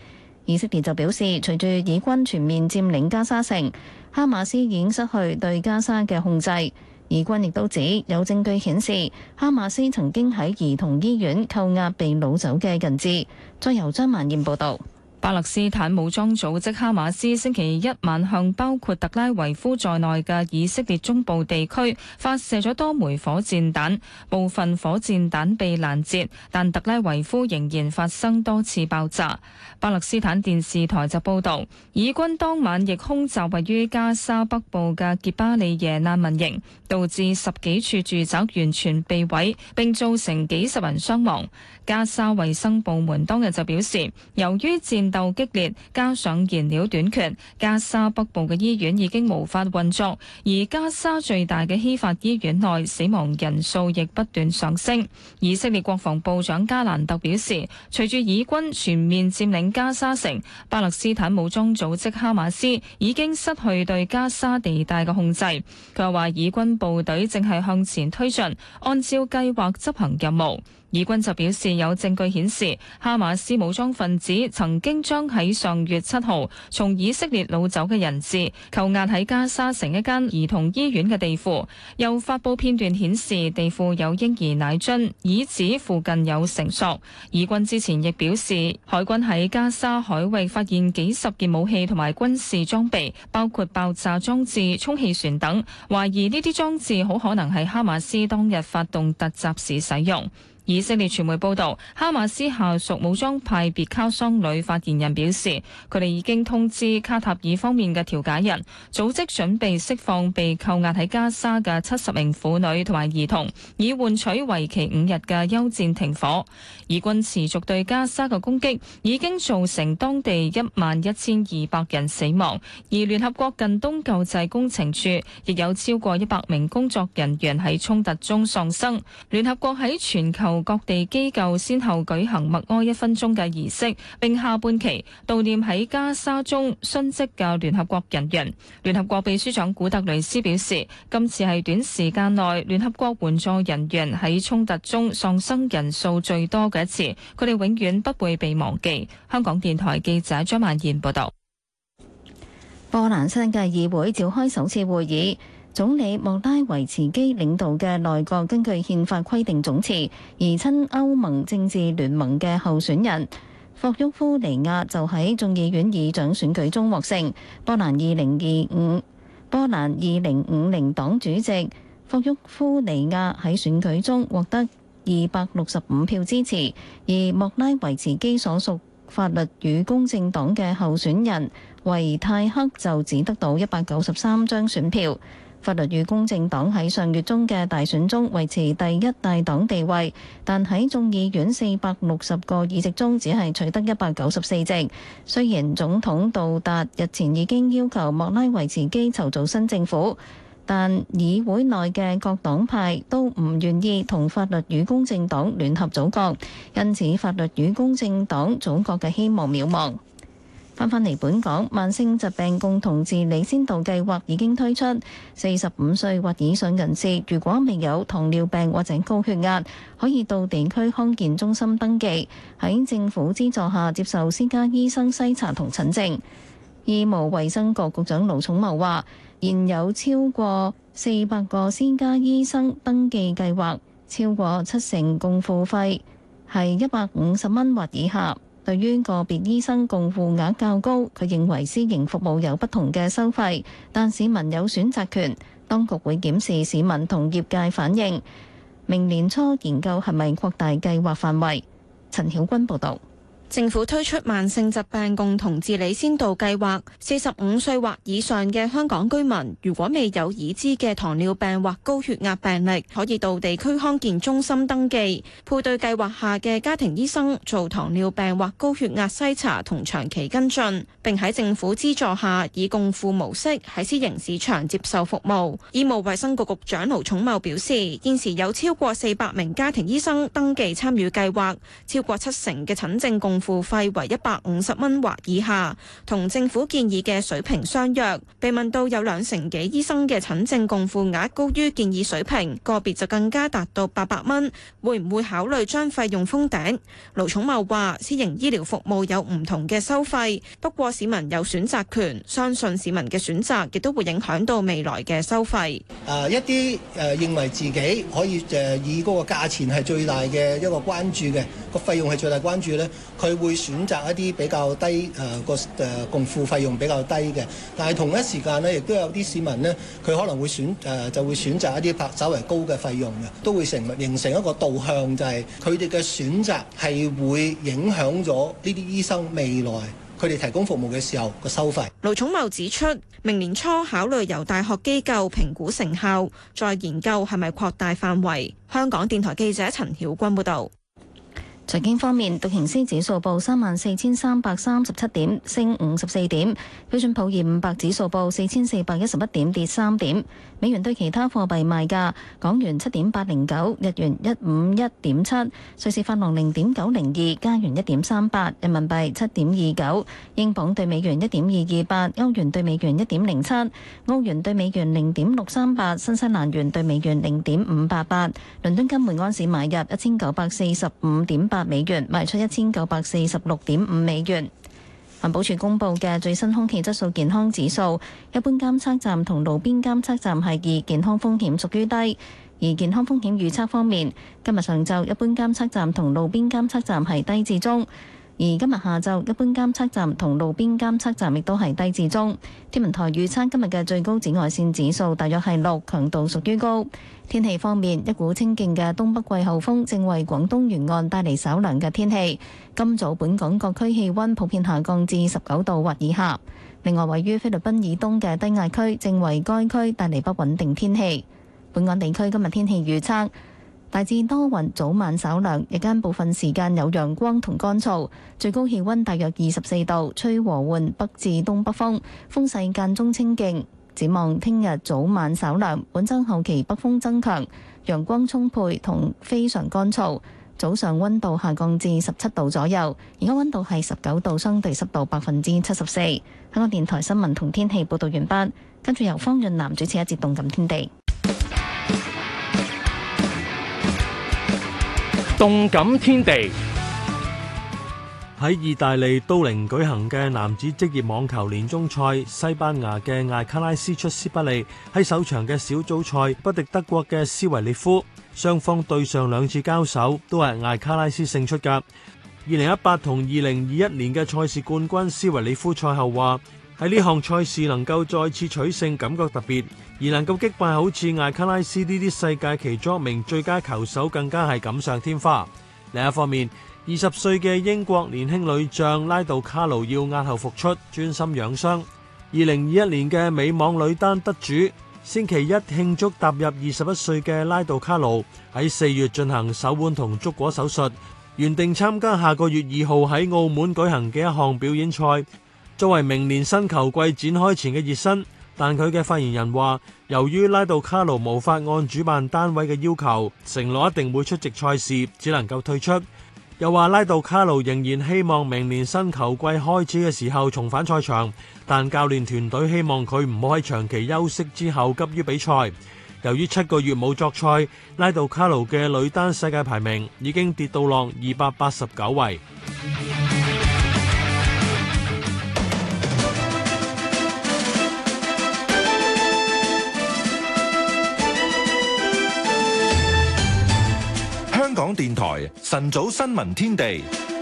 以色列就表示，隨住以軍全面佔領加沙城，哈馬斯已經失去對加沙嘅控制。以軍亦都指有證據顯示，哈馬斯曾經喺兒童醫院扣押被擄走嘅人質。再由張曼燕報導。 巴勒斯坦武裝組織哈馬斯星期一晚向包括特拉維夫在內嘅以色列中部地區發射咗多枚火箭彈，部分火箭彈被攔截，但特拉維夫仍然發生多次爆炸。巴勒斯坦電視台就報導，以軍當晚亦空襲位於加沙北部嘅傑巴利耶難民營，導致十幾處住宅完全被毀，並造成幾十人傷亡。加沙衛生部門當日就表示，由於戰鬥激烈，加上燃料短缺，加沙北部嘅醫院已經無法運作，而加沙最大嘅希法醫院內死亡人數亦不斷上升。以色列國防部長加蘭特表示，隨住以軍全面佔領加沙城，巴勒斯坦武裝組織哈馬斯已經失去對加沙地帶嘅控制。佢話以軍部隊正係向前推進，按照計劃執行任務。以軍就表示有證據顯示，哈馬斯武裝分子曾經將喺上月七號從以色列擄走嘅人質扣押喺加沙城一間兒童醫院嘅地庫，又發佈片段顯示地庫有嬰兒奶樽，椅子附近有繩索。以軍之前亦表示，海軍喺加沙海域發現幾十件武器同埋軍事裝備，包括爆炸裝置、充氣船等，懷疑呢啲裝置好可能係哈馬斯當日發動突襲時使用。以色列傳媒報導，哈馬斯下屬武裝派別卡桑旅發言人表示，佢哋已經通知卡塔爾方面嘅調解人，組織準備釋放被扣押喺加沙嘅七十名婦女同埋兒童，以換取為期五日嘅休戰停火。以軍持續對加沙嘅攻擊已經造成當地一萬一千二百人死亡，而聯合國近東救濟工程處亦有超過一百名工作人員喺衝突中喪生。聯合國喺全球各地機構先後舉行默哀一分鐘嘅儀式，並下半旗悼念喺加沙中殉職嘅聯合國人員。聯合國秘書長古特雷斯表示，今次係短時間內聯合國援助人員喺衝突中喪生人數最多嘅一次，佢哋永遠不會被忘記。香港電台記者張曼燕報道。 波蘭新嘅議會召開首次會議。總理莫拉維茨基領導嘅內閣根據憲法規定總辭，而親歐盟政治聯盟嘅候選人霍沃夫尼亞就喺眾議院議長選舉中獲勝。波蘭二零二五波蘭二零五零黨主席霍沃夫尼亞喺選舉中獲得二百六十五票支持，而莫拉維茨基所屬法律與公正黨嘅候選人維泰克就只得到一百九十三張選票。法律與公正黨喺上月中嘅大選中維持第一大黨地位，但喺眾議院四百六十個議席中只係取得一百九十四席。雖然總統杜達日前已經要求莫拉維茨基籌組新政府，但議會內嘅各黨派都唔願意同法律與公正黨聯合組閣，因此法律與公正黨組閣嘅希望渺茫。翻返嚟本港，慢性疾病共同治理先導計劃已經推出，四十五歲或以上人士如果未有糖尿病或者高血壓，可以到地區康健中心登記，喺政府資助下接受私家醫生篩查同診症。醫務衛生局局長盧寵茂話，現有超過四百個私家醫生登記計劃，超過七成共付費係一百五十蚊或以下。對於個別醫生共付額較高，佢認為私營服務有不同嘅收費，但市民有選擇權。當局會檢視市民同業界反應，明年初研究係咪擴大計劃範圍。陳曉君報導。 政府推出慢性疾病共同治理先導計劃，四十五歲或以上嘅香港居民，如果未有已知嘅糖尿病或高血壓病歷，可以到地區康健中心登記，配對計劃下嘅家庭醫生做糖尿病或高血壓篩查同長期跟進，並喺政府資助下以共付模式喺私營市場接受服務。醫務衛生局局長盧寵茂表示，現時有超過四百名家庭醫生登記參與計劃，超過七成嘅診症共共付費為一百五十蚊或以下，同政府建議嘅水平相若。被問到有兩成幾醫生嘅診症共付額高於建議水平，個別就更加達到八百蚊，會唔會考慮將費用封頂？盧寵茂話：私營醫療服務有唔同嘅收費，不過市民有選擇權，相信市民嘅選擇亦都會影響到未來嘅收費。 誒一啲誒認為自己可以誒以嗰個價錢係最大嘅一個關注嘅，個費用係最大關注咧，佢會選擇一啲比較低誒個誒共付費用比較低嘅。但係同一時間咧，亦都有啲市民咧，佢可能會選誒就會選擇一啲拍稍為高嘅費用嘅，都會成形成一個導向，就係佢哋嘅選擇係會影響咗呢啲醫生未來佢哋提供服務嘅時候個收費。 盧寵茂指出，明年初考慮由大學機構評估成效，再研究係咪擴大範圍。香港電台記者陳曉君報導。 財經方面，道瓊斯指數報三萬四千三百三十七點，升五十四點；標準普爾五百指數報四千四百一十一點，跌三點。美元對其他貨幣賣價：港元七點八零九，日元一五一點七，瑞士法郎零點九零二，加元一點三八，人民幣七點二九，英鎊對美元一點二二八，歐元對美元一點零七，澳元對美元零點六三八，新西蘭元對美元零點五八八。倫敦金每安士買入一千九百四十五點八美元，賣出一千九百四十六點五美元。環保署公布嘅最新空氣質素健康指數，一般監測站同路邊監測站係二，健康風險屬於低。而健康風險預測方面，今日上晝一般監測站同路邊監測站係低至中。而今日下晝一般監測站同路邊監測站亦都係低至中。天文台預測今日嘅最高紫外線指數大約係六，強度屬於高。天氣方面，一股清勁嘅東北季候風正為廣東沿岸帶嚟稍涼嘅天氣。今早本港各區氣溫普遍下降至十九度或以下。另外，位於菲律賓以東嘅低壓區正為該區帶嚟不穩定天氣。本港地區今日天氣預測大致多雲，早晚稍涼，日間部分時間有陽光同乾燥，最高氣溫大約二十四度，吹和緩北至東北風，風勢間中清勁。展望聽日早晚稍涼，本週後期北風增強，陽光充沛同非常乾燥，早上溫度下降至十七度左右，而家溫度係十九度，相對濕度百分之七十四。香港電台新聞同天氣報導完畢，跟住由方潤南主持一節動感天地。 動感天地。喺意大利都靈舉行嘅男子職業網球年終賽，西班牙嘅艾卡拉斯出師不利，喺首場嘅小組賽不敵德國嘅斯維列夫。雙方對上兩次交手都係艾卡拉斯勝出㗎。二零一八同二零二一年嘅賽事冠軍斯維列夫賽後話：喺呢項賽事能夠再次取勝，感覺特別，而能夠擊敗好似艾卡拉斯呢啲世界其中一名最佳球手，更加係錦上添花。另一方面，二十歲嘅英國年輕女將拉杜卡魯要押後復出，專心養傷。二零二一年嘅美網女單得主，星期一慶祝踏入二十一歲嘅拉杜卡魯喺四月進行手腕同足踝手術，原定參加下個月二號喺澳門舉行嘅一項表演賽，作為明年新球季展開前嘅熱身。但佢嘅發言人話，由於拉杜卡魯無法按主辦單位嘅要求承諾一定會出席賽事，只能夠退出。又話拉杜卡魯仍然希望明年新球季開始嘅時候重返賽場，但教練團隊希望佢唔好喺長期休息之後急於比賽。由於七個月冇作賽，拉杜卡魯嘅女單世界排名已經跌到落二百八十九位。 香港電台晨早新聞天地，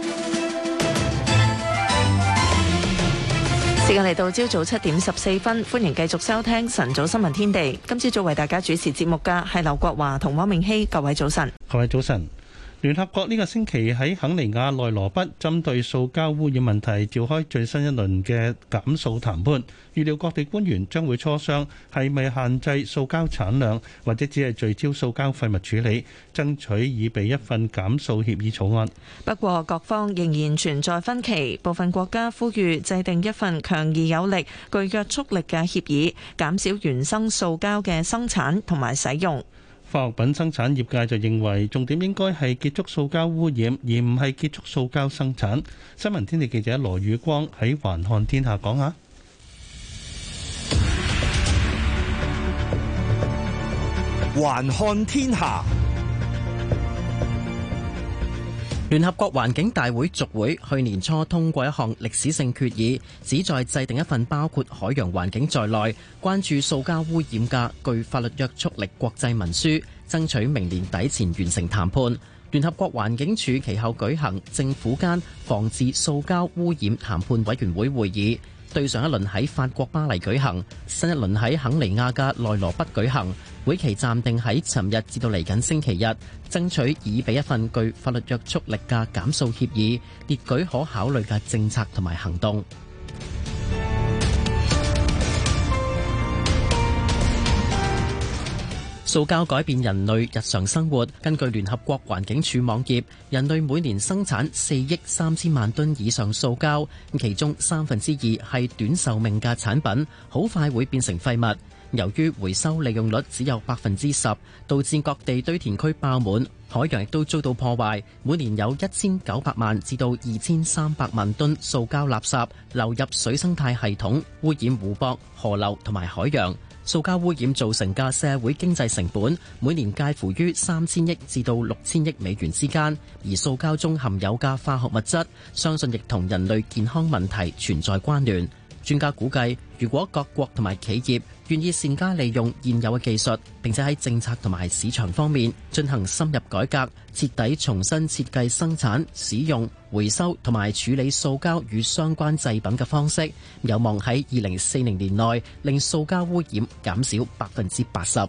時間嚟到朝早七點十四分，歡迎繼續收聽晨早新聞天地。今朝早為大家主持節目嘅係劉國華同汪明熙，各位早晨。 各位早晨。聯合國呢個星期喺肯尼亞內羅畢針對塑膠污染問題召開最新一輪嘅減塑談判，預料各地官員將會磋商係咪限制塑膠產量，或者只係聚焦塑膠廢物處理，爭取擬備一份減塑協議草案。 不過各方仍然存在分歧，部分國家呼籲制定一份強而有力、具約束力嘅協議，減少原生塑膠嘅生產同埋使用。 化學品生產業界就認為重點應該係結束塑膠污染，而唔係結束塑膠生產。新聞天地記者羅宇光喺環看天下講下。 環看天下。 聯合國環境大會續會去年初通過一項歷史性決議，旨在制定一份包括海洋環境在內關注塑膠污染嘅具法律約束力國際文書，爭取明年底前完成談判。聯合國環境署其後舉行政府間防治塑膠污染談判委員會會議，對上一輪喺法國巴黎舉行，新一輪喺肯尼亞嘅內羅畢舉行。會期暫定喺尋日至到嚟緊星期日，爭取擬備一份具法律約束力嘅減塑協議，列舉可考慮嘅政策同埋行動。塑膠改變人類日常生活。根據聯合國環境署網頁，人類每年生產四億三千萬噸以上塑膠，其中三分之二係短壽命嘅產品，好快會變成廢物。由於回收利用率只有百分之十，導致各地堆填區爆滿，海洋亦都遭到破壞。每年有一千九百萬至到二千三百萬噸塑膠垃圾流入水生態系統，污染湖泊、河流同埋海洋。塑膠污染造成嘅社會經濟成本每年介乎於三千億至到六千億美元之間，而塑膠中含有嘅化學物質，相信亦同人類健康問題存在關聯。專家估計，如果各國同埋企業願意善加利用現有嘅技術，並且喺政策同埋市場方面進行深入改革，徹底重新設計生產、使用、回收同埋處理塑膠與相關製品嘅方式，有望喺二零四零年內令塑膠污染減少百分之八十。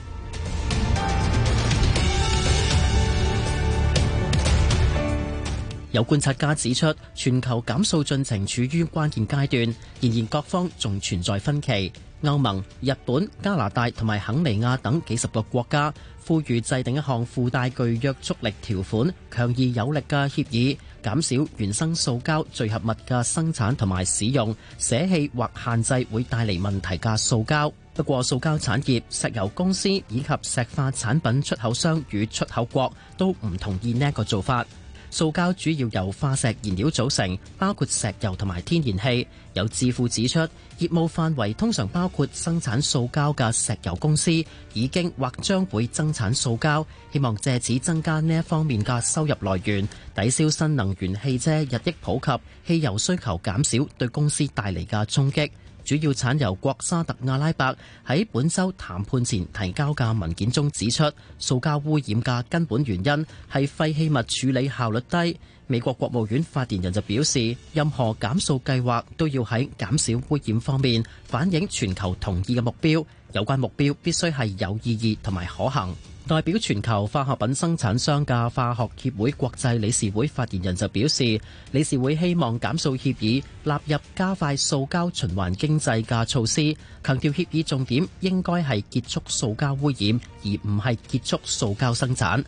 有觀察家指出，全球減塑進程處於關鍵階段，仍然各方仲存在分歧。歐盟、日本、加拿大同埋肯尼亞等幾十個國家呼籲制定一項附帶具約束力條款、強而有力嘅協議，減少原生塑膠聚合物嘅生產同埋使用，捨棄或限制會帶嚟問題嘅塑膠。不過，塑膠產業、石油公司以及石化產品出口商與出口國都唔同意呢一個做法。塑膠主要由化石燃料組成，包括石油同埋天然氣。有智庫指出，業務範圍通常包括生產塑膠嘅石油公司已經或將會增產塑膠，希望借此增加呢一方面嘅收入來源，抵消新能源汽車日益普及、汽油需求減少對公司帶嚟嘅衝擊。主要產油國沙特阿拉伯喺本週談判前提交嘅文件中指出，塑膠污染嘅根本原因係廢棄物處理效率低。美國國務院發言人就表示，任何減塑計劃都要喺減少污染方面反映全球同意嘅目標，有關目標必須係有意義同埋可行。代表全球化學品生產商嘅化學協會國際理事會發言人就表示，理事會希望減塑協議納入加快塑膠循環經濟嘅措施，強調協議重點應該係結束塑膠污染，而唔係結束塑膠生產。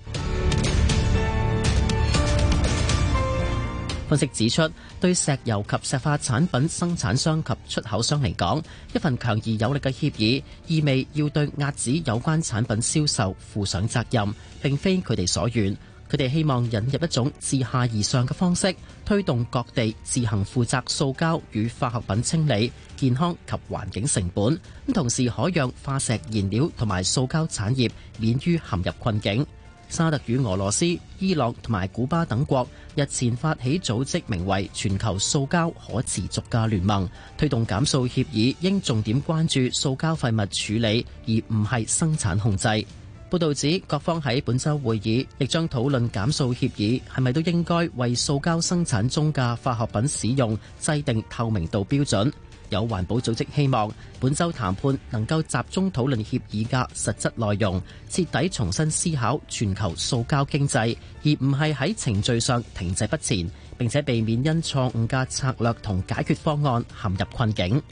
分析指出，對石油及石化產品生產商及出口商嚟講，一份強而有力嘅協議意味要對遏止有關產品銷售負上責任，並非佢哋所願。佢哋希望引入一種自下而上嘅方式，推動各地自行負責塑膠與化學品清理、健康及環境成本，同時可讓化石燃料同埋塑膠產業免於陷入困境。沙特與俄羅斯、伊朗同埋古巴等國日前發起組織名為全球塑膠可持續嘅聯盟，推動減塑協議應重點關注塑膠廢物處理，而唔係生產控制。報導指，各方喺本週會議亦將討論減塑協議係咪都應該為塑膠生產中嘅化學品使用制定透明度標準。有環保組織希望本週談判能夠集中討論協議嘅實質內容，徹底重新思考全球塑膠經濟，而唔係喺程序上停滯不前，並且避免因錯誤嘅策略同解決方案陷入困境。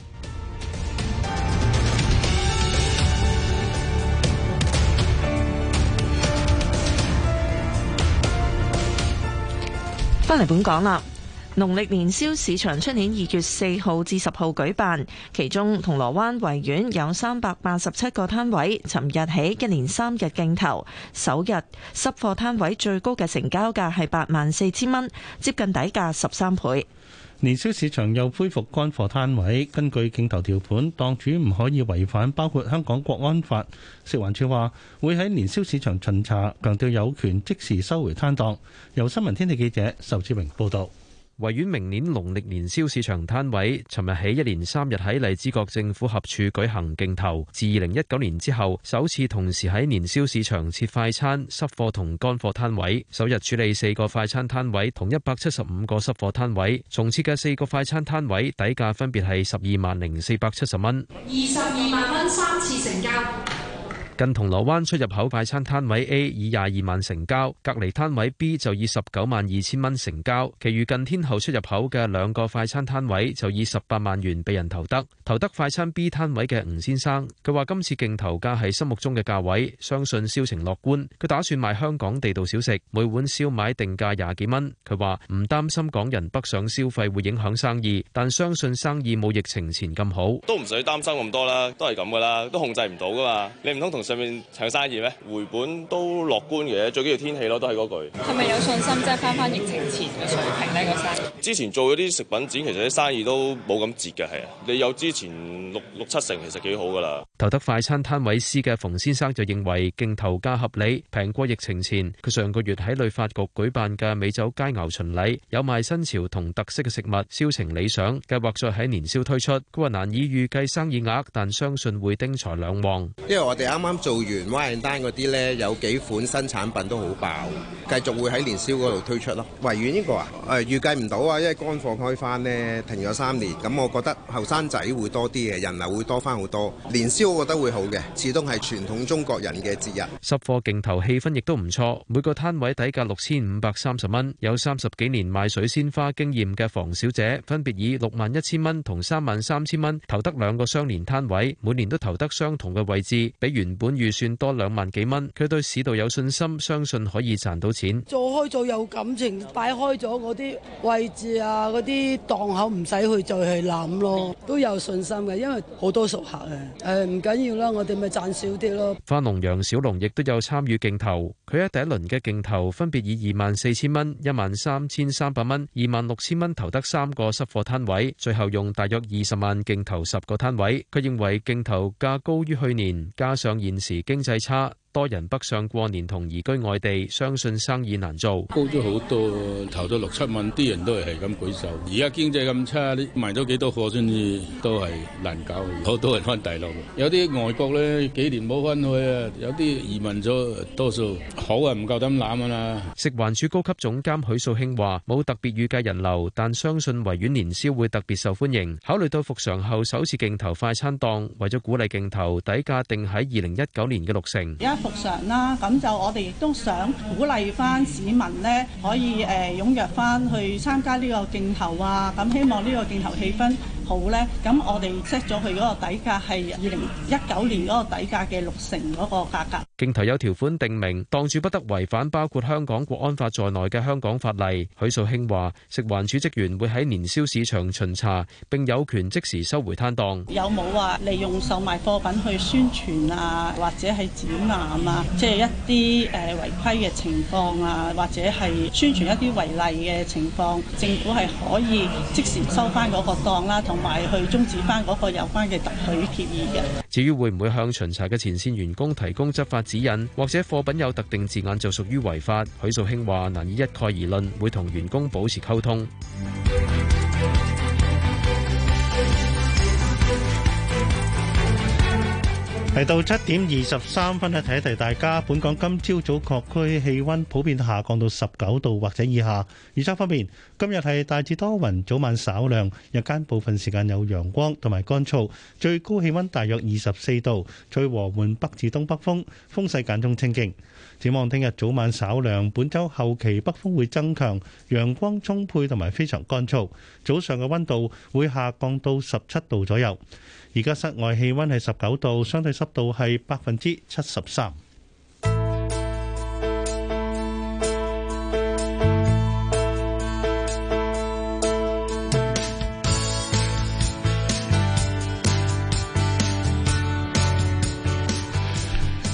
翻嚟本港啦。 農曆年宵市場出年二月四號至十號舉辦，其中銅鑼灣維園有三百八十七個攤位，尋日起一連三日競投，首日濕貨攤位最高嘅成交價係八萬四千蚊，接近底價十三倍。 年宵市場又恢復乾貨攤位，根據競投條款，檔主唔可以違反包括香港國安法。食環署話會喺年宵市場巡查，強調有權即時收回攤檔。由新聞天地記者仇志榮報導。 維園明年農曆年宵市場攤位，尋日起一連三日喺荔枝角政府合署舉行競投，自二零一九年之後首次同時喺年宵市場設快餐、濕貨同乾貨攤位。首日處理四個快餐攤位同一百七十五個濕貨攤位，重設嘅四個快餐攤位底價分別係十二萬零四百七十蚊、 二十二萬蚊三次成交。 近銅鑼灣出入口快餐攤位 A 以廿二萬成交，隔離攤位 B 就以十九萬二千蚊成交，其餘近天后出入口嘅兩個快餐攤位就以十八萬元被人投得。投得快餐 B 攤位嘅吳先生，佢話今次競投價係心目中嘅價位，相信銷情樂觀。佢打算賣香港地道小食，每碗燒賣定價廿幾蚊。佢話唔擔心港人北上消費會影響生意，但相信生意冇疫情前咁好。 都唔使擔心咁多啦，都係咁噶啦，都控制唔到噶嘛。你唔通同上面搶生意咩？回本都樂觀嘅，最緊要天氣咯，都係嗰句。 係咪有信心即係翻翻疫情前嘅水平呢？個生意之前做嗰啲食品展，其實啲生意都冇咁折嘅，係啊。你有之前六六七成，其實幾好噶啦。 投得快餐攤位 C 嘅馮先生就認為競投價合理，平過疫情前。佢上個月喺旅發局舉辦嘅美酒佳肴巡禮，有賣新潮同特色嘅食物，銷情理想。計劃再喺年宵推出。佢話難以預計生意額，但相信會丁財兩旺。 因為我哋啱啱做完Wine and Dine嗰啲咧，有幾款新產品都好爆，繼續會喺年宵嗰度推出咯。維園呢個啊，誒預計唔到啊，因為乾貨開翻呢，停咗三年，咁我覺得後生仔會多啲嘅，人流會多翻好多。年宵我覺得會好嘅，始終係傳統中國人嘅節日。 濕貨競投氣氛亦都唔錯，每個攤位底價六千五百三十蚊。有三十幾年賣水仙花經驗嘅房小姐，分別以六萬一千蚊同三萬三千蚊投得兩個雙連攤位，每年都投得相同嘅位置，比原本預算多兩萬幾蚊。佢對市道有信心，相信可以賺到錢。 做開咗有感情，擺開咗嗰啲位置啊，嗰啲檔口唔使去再去諗咯，都有信心嘅，因為好多熟客啊。誒唔緊要啦，我哋咪賺少啲咯。 花農楊小龍亦都有參與競投，佢喺第一輪嘅競投分別以二萬四千蚊、一萬三千三百蚊、二萬六千蚊投得三個濕貨攤位，最後用大約二十萬競投十個攤位。佢認為競投價高於去年，加上現時經濟差，多人北上過年同移居外地，相信生意難做。 高咗好多，投咗六七萬，啲人都係係咁舉手。而家經濟咁差，你賣咗幾多貨先至都係難搞。好多人翻大陸，有啲外國咧幾年冇翻去啊，有啲移民咗，多數好啊唔夠膽攬啊啦。 食環署高級總監許素卿話：冇特別預計人流，但相信維園年宵會特別受歡迎。考慮到復常後首次競投快餐檔，為咗鼓勵競投，底價定喺二零一九年嘅六成。 復常啦，咁就我哋亦都想鼓勵翻市民呢，可以誒踴躍翻去參加呢個競投啊！咁希望呢個競投氣氛好呢，咁我哋 set 咗佢嗰個底價係二零一九年嗰個底價嘅六成嗰個價格。 競投有條款定明，檔主不得違反包括香港國安法在內嘅香港法例。許素卿話：食環署職員會喺年宵市場巡查，並有權即時收回攤檔。 有冇話利用售賣貨品去宣傳啊，或者係展覽啊，即係一啲誒違規嘅情況啊，或者係宣傳一啲違例嘅情況，政府係可以即時收翻嗰個檔啦，同埋去終止翻嗰個有關嘅特許協議嘅。 至於會唔會向巡查嘅前線員工提供執法指引，或者貨品有特定字眼就屬於違法，許素卿話難以一概而論，會同員工保持溝通。 嚟到七點二十三分咧，提一提大家，本港今朝早各區氣溫普遍下降到十九度或者以下。預測方面，今日係大致多雲，早晚稍涼，日間部分時間有陽光同埋乾燥，最高氣溫大約二十四度，吹和緩北至東北風，風勢間中清勁。展望聽日早晚稍涼，本週後期北風會增強，陽光充沛同埋非常乾燥，早上嘅溫度會下降到十七度左右。而家室外氣溫係十九度，相對濕度係百分之七十三。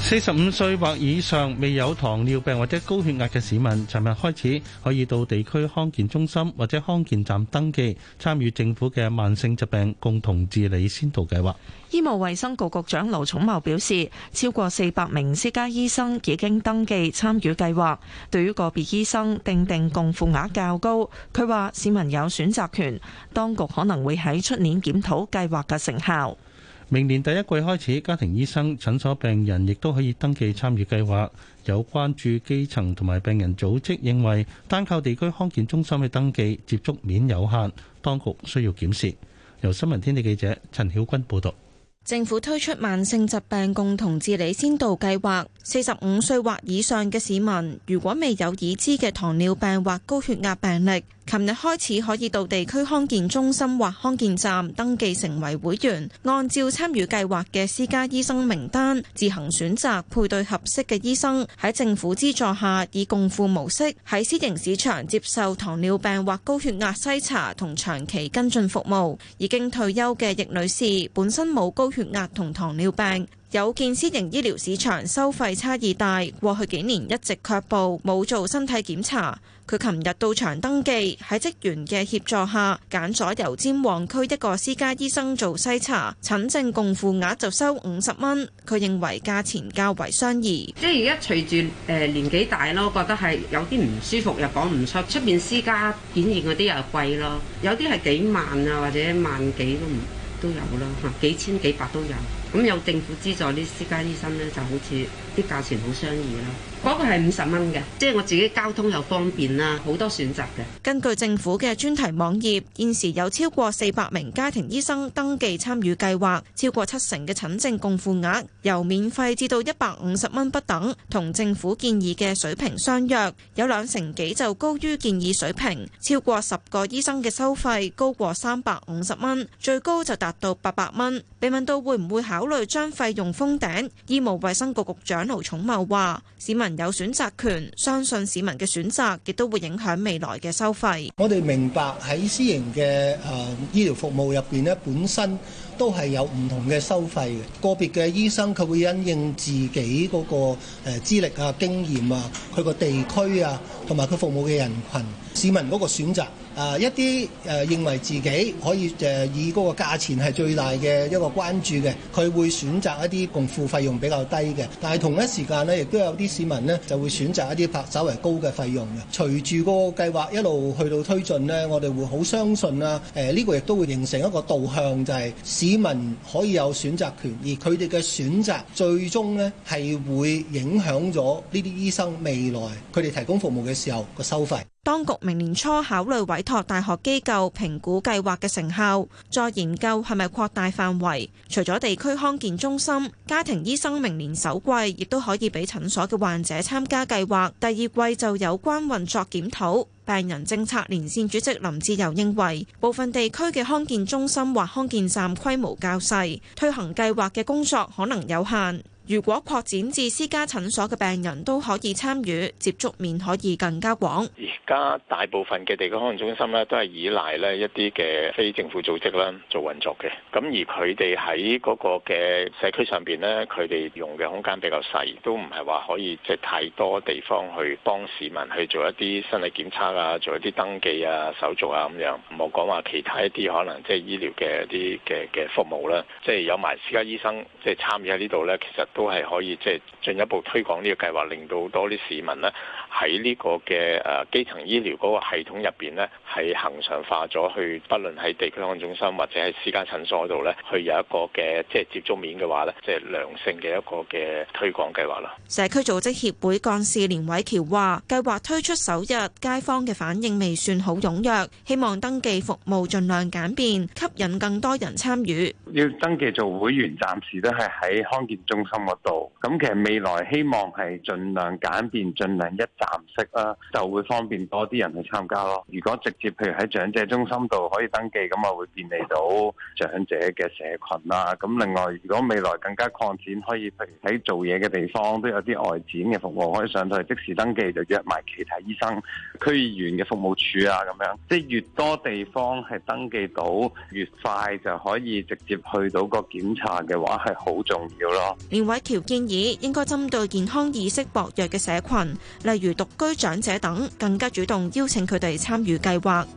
四十五歲或以上未有糖尿病或者高血壓嘅市民，尋日開始可以到地區康健中心或者康健站登記，參與政府嘅慢性疾病共同治理先導計劃。 醫務衛生局局長盧寵茂表示，超過四百名私家醫生已經登記參與計劃。對於個別醫生訂定共付額較高，佢話市民有選擇權，當局可能會喺出年檢討計劃嘅成效。 明年第一季開始，家庭醫生、診所病人亦都可以登記參與計劃。有關注基層同埋病人組織認為，單靠地區康健中心去登記，接觸面有限，當局需要檢視。由新聞天地記者陳曉君報導。 政府推出慢性疾病共同治理先導計劃，四十五歲或以上嘅市民，如果未有已知嘅糖尿病或高血壓病歷，琴日開始可以到地區康健中心或康健站登記成為會員，按照參與計劃嘅私家醫生名單自行選擇配對合適嘅醫生，喺政府資助下以共付模式喺私營市場接受糖尿病或高血壓篩查同長期跟進服務。已經退休嘅易女士本身冇高血壓同糖尿病，有見私營醫療市場收費差異大，過去幾年一直卻步冇做身體檢查。佢琴日到場登記，喺職員嘅協助下揀咗由尖旺區一個私家醫生做篩查，診症共付額就收五十蚊。佢認為價錢較為相宜。 即係而家隨住誒年紀大咯，覺得係有啲唔舒服又講唔出，出邊私家檢驗嗰啲又貴咯，有啲係幾萬啊或者萬幾都唔都有啦嚇，幾千幾百都有。咁有政府資助啲私家醫生咧，就好似啲價錢好相宜啦。嗰個係五十蚊嘅，即係我自己交通又方便啦，好多選擇嘅。 根據政府嘅專題網頁，現時有超過四百名家庭醫生登記參與計劃，超過七成嘅診症共付額由免費至到一百五十蚊不等，同政府建議嘅水平相若。有兩成幾就高於建議水平，超過十個醫生嘅收費高過三百五十蚊，最高就達到八百蚊。被問到會唔會考慮將費用封頂，醫務衛生局局長盧寵茂話：市民有選擇權，相信市民嘅選擇亦都會影響未來嘅收費。 我哋明白喺私營嘅誒醫療服務入邊咧，本身都係有唔同嘅收費嘅。個別嘅醫生佢會因應自己嗰個誒資歷啊、經驗啊、佢個地區啊，同埋佢服務嘅人群、市民嗰個選擇。啊！一啲誒認為自己可以誒以嗰個價錢係最大嘅一個關注嘅，佢會選擇一啲共付費用比較低嘅。但係同一時間呢，亦都有啲市民呢就會選擇一啲拍稍為高嘅費用嘅。隨住嗰個計劃一路去到推進呢，我哋會好相信啊！誒呢個亦都會形成一個導向，就係市民可以有選擇權，而佢哋嘅選擇最終呢係會影響咗呢啲醫生未來佢哋提供服務嘅時候個收費。 當局明年初考慮委託大學機構評估計劃嘅成效，再研究係咪擴大範圍。除咗地區康健中心，家庭醫生明年首季亦都可以俾診所嘅患者參加計劃，第二季就有關運作檢討。病人政策連線主席林志柔認為，部分地區嘅康健中心或康健站規模較細，推行計劃嘅工作可能有限。如果擴展至私家診所嘅病人都可以參與，接觸面可以更加廣。 而家大部分嘅地區康健中心咧，都係依賴咧一啲嘅非政府組織啦做運作嘅。咁而佢哋喺嗰個嘅社區上邊咧，佢哋用嘅空間比較細，都唔係話可以即係太多地方去幫市民去做一啲身體檢測啊，做一啲登記啊、手續啊咁樣。唔好講話其他一啲可能即係醫療嘅一啲嘅嘅服務啦，即係有埋私家醫生即係參與喺呢度咧，其實都係可以即係進一步推廣呢個計劃，令到多啲市民呢喺呢個嘅誒基層醫療嗰個系統入邊呢係恆常化咗去，不論喺地區康健中心或者喺私家診所度呢，去有一個嘅即係接觸面嘅話呢，即係良性嘅一個嘅推廣計劃啦。 社區組織協會幹事連偉橋話：計劃推出首日，街坊嘅反應未算好踴躍，希望登記服務盡量簡便，吸引更多人參與。 要登記做會員，暫時都係喺康健中心嗰度。咁其實未來希望係盡量簡便，盡量一站式啦，就會方便多啲人去參加咯。如果直接譬如喺長者中心度可以登記，咁啊會便利到長者嘅社群啦。咁另外，如果未來更加擴展，可以譬如喺做嘢嘅地方都有啲外展嘅服務，可以上到去即時登記，就約埋其他醫生、區議員嘅服務處啊咁樣。即係越多地方係登記到，越快就可以直接去到個檢查嘅話，係好重要咯。 連偉橋建議應該針對健康意識薄弱嘅社群，例如獨居長者等，更加主動邀請佢哋參與計劃。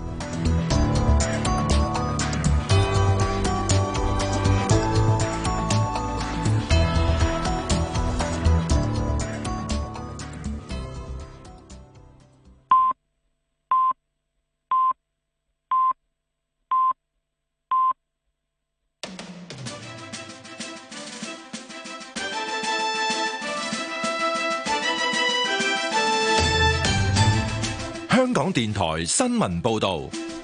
香港電台新聞報道，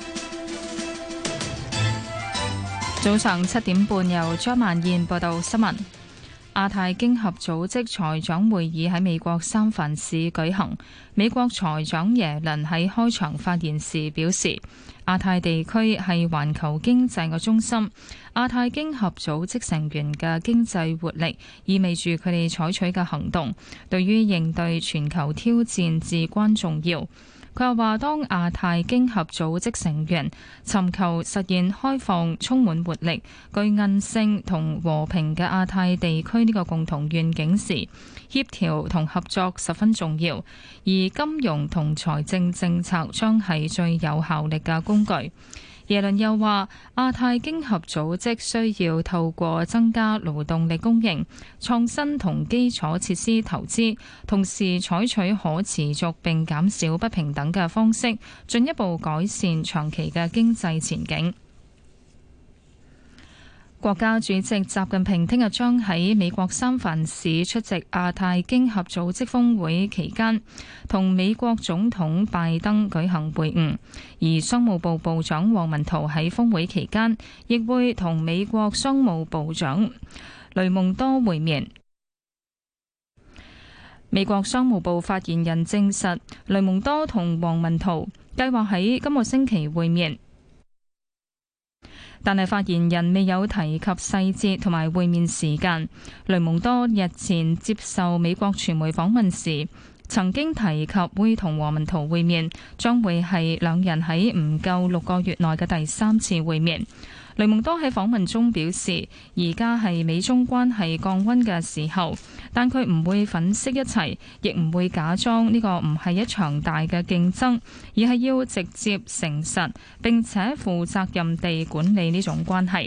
早上七點半由張曼燕報道新聞。亞太經合組織財長會議喺美國三藩市舉行，美國財長耶倫喺開場發言時表示，亞太地區係環球經濟嘅中心，亞太經合組織成員嘅經濟活力意味住佢哋採取嘅行動，對於應對全球挑戰至關重要。佢又話，當亞太經合組織成員尋求實現開放、充滿活力、具韌性同和平嘅亞太地區呢個共同願景時，協調同合作十分重要，而金融同財政政策將係最有效力嘅工具。耶倫又話，亞太經合組織需要透過增加勞動力供應、創新同基礎設施投資，同時採取可持續並減少不平等嘅方式，進一步改善長期嘅經濟前景。國家主席習近平聽日將喺美國三藩市出席亞太經合組織峰會期間，同美國總統拜登舉行會晤，而商務部部長王文濤喺峰會期間亦會同美國商務部長雷蒙多會面。美國商務部發言人證實，雷蒙多同王文濤計劃喺今個星期會面，但係發言人未有提及細節同埋會面時間。雷蒙多日前接受美國傳媒訪問時，曾經提及會同王文濤會面，將會係兩人喺唔夠六個月內嘅第三次會面。雷蒙多喺訪問中表示，而家係美中關係降溫嘅時候，但佢唔會粉飾一切，亦唔會假裝呢個唔係一場大嘅競爭，而係要直接誠實並且負責任地管理呢種關係。